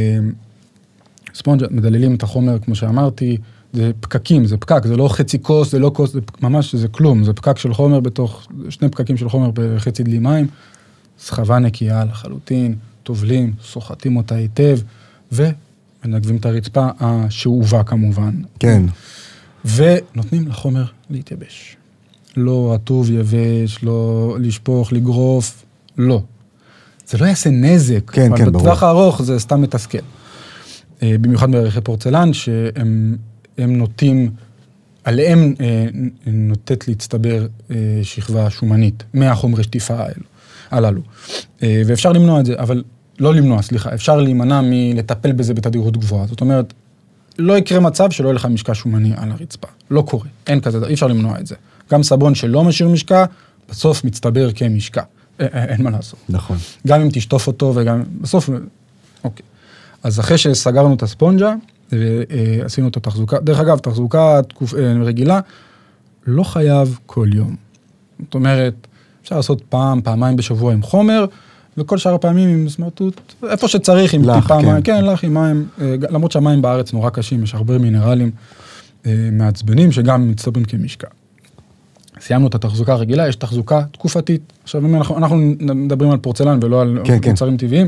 ספונג'ה, מדללים את החומר, כמו שאמרתי, זה פקקים, זה פקק, זה לא חצי כוס, זה לא כוס, זה ממש, זה כלום, זה פקק של חומר בתוך, 2 פקקים של חומר בחצי דלי מים, סחבה נקייה לחלוטין, טובלים, סוחטים אותה היטב, ומנגבים את הרצפה השאובה כמובן. כן. ונותנים לחומר להתייבש. לא רטוב, יבש, לא לשפוך, לגרוף, לא. זה לא יעשה נזק, כן, אבל בטווח הארוך זה סתם מתסכל. במיוחד בערכי פורצלן, שהם נוטים, עליהם נוטט להצטבר שכבה שומנית, מהחומרי שטיפה הללו. ואפשר למנוע את זה, אבל לא למנוע, סליחה, אפשר להימנע מלטפל בזה בתדירות גבוהה. זאת אומרת, לא יקרה מצב שלא יהיה לך משקע שומני על הרצפה. לא קורה, אין כזה, אי אפשר למנוע את זה. גם סבון שלא משאיר משקע, בסוף מצטבר כמשקע. אין מה לעשות. נכון. גם אם תשטוף אותו וגם, בסוף, אוקיי. אז אחרי שסגרנו את הספונג'ה, ועשינו את התחזוקה, דרך אגב, תחזוקה רגילה, לא חייב כל יום. זאת אומרת, אפשר לעשות פעמיים בשבוע עם חומר, וכל שאר הפעמים עם סמרטוט, איפה שצריך, עם טיפה מים, כן, לך עם מים, למרות שהמים בארץ נורא קשים, יש הרבה מינרלים מעצבנים, שגם מצטברים כמשקע. סיימנו את התחזוקה הרגילה, יש תחזוקה תקופתית. עכשיו, אנחנו מדברים על פורצלן ולא על מוצרים טבעיים,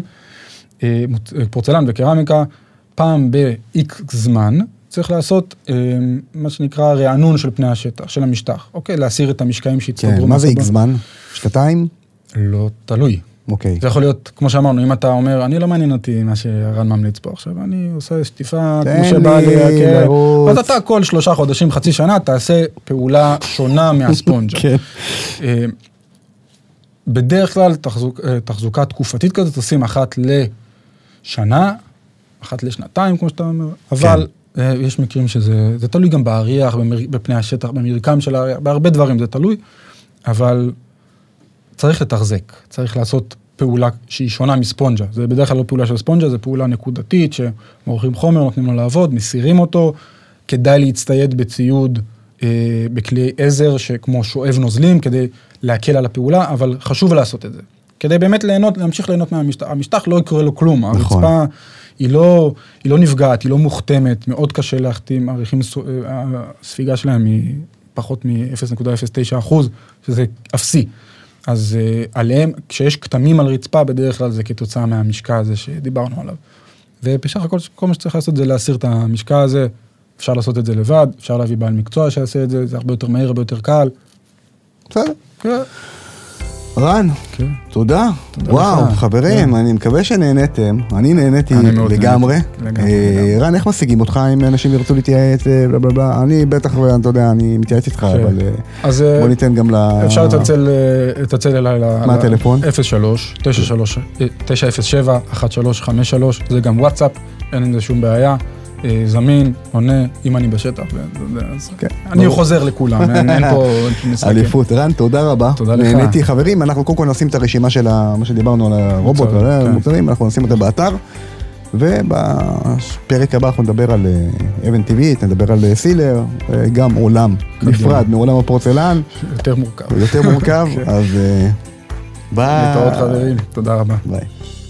פורצלן וקרמיקה, פעם ב-X זמן, צריך לעשות מה שנקרא רענון של פני השטח, של המשטח, אוקיי? להסיר את המשקעים שהצטברו. כן, מה זה X זמן? 2? לא, תלוי. אוקיי. זה יכול להיות, כמו שאמרנו, אם אתה אומר, אני לא מעניין אותי מה שרן ממליץ פה עכשיו, אני עושה שטיפה, כמו שבא לי, אז אתה כל 3 חודשים, חצי שנה, תעשה פעולה שונה מהספונג'ה. כן. בדרך כלל, תחזוקה תקופתית כזאת, עושים אחת לשנה, אחת לשנתיים, כמו שאתה אומר, אבל יש מקרים שזה תלוי גם באריח, בפני השטח, במרקם של האריח, בהרבה דברים זה תלוי, אבל צריך לתחזק, צריך לעשות פעולה שהיא שונה מספונג'ה, זה בדרך כלל לא פעולה של ספונג'ה, זה פעולה נקודתית, שמורחים חומר, נותנים לו לעבוד, מסירים אותו, כדאי להצטייד בציוד, בכלי עזר, כמו שואב נוזלים, כדי להקל על הפעולה, אבל חשוב לעשות את זה. כדי באמת להמשיך ליהנות מהמשטח. המשטח לא יקרה לו כלום, הרצפה היא לא נפגעת, היא לא מוכתמת, מאוד קשה להחתים, הספיגה שלהם היא פחות מ-0.09%, שזה אפסי. אז עליהם, כשיש כתמים על רצפה, בדרך כלל זה כתוצאה מהמשקע הזה שדיברנו עליו. ובשך כל מה שצריך לעשות זה להסיר את המשקע הזה, אפשר לעשות את זה לבד, אפשר להביא בעל מקצוע שיעשה את זה, זה הרבה יותר מהיר, הרבה יותר קל. בסדר. כן. רן, תודה. וואו, חברים, אני מקווה שנהנתם, אני נהניתי לגמרי. רן, איך משיגים אותך אם אנשים ירצו להתייעץ, אני בטח, אתה יודע, אני מתייעץ איתך, אבל בוא ניתן גם אפשר לצלצל אליי מה הטלפון? 03-907-1353, זה גם וואטסאפ, אין עם זה שום בעיה. זמין, עונה, אם אני בשטח, אני חוזר לכולם, אין פה מסתכל. אליפות. רן, תודה רבה. תודה לך. נהניתי, חברים, אנחנו קודם כל נשים את הרשימה של מה שדיברנו על הרובוט, המוצרים, אנחנו נשים את זה באתר, ובפרק הבא אנחנו נדבר על אבן טבעית, נדבר על סילר, גם עולם נפרד מעולם הפורצלן. יותר מורכב. יותר מורכב, אז ביי. להתראות חברים, תודה רבה. ביי.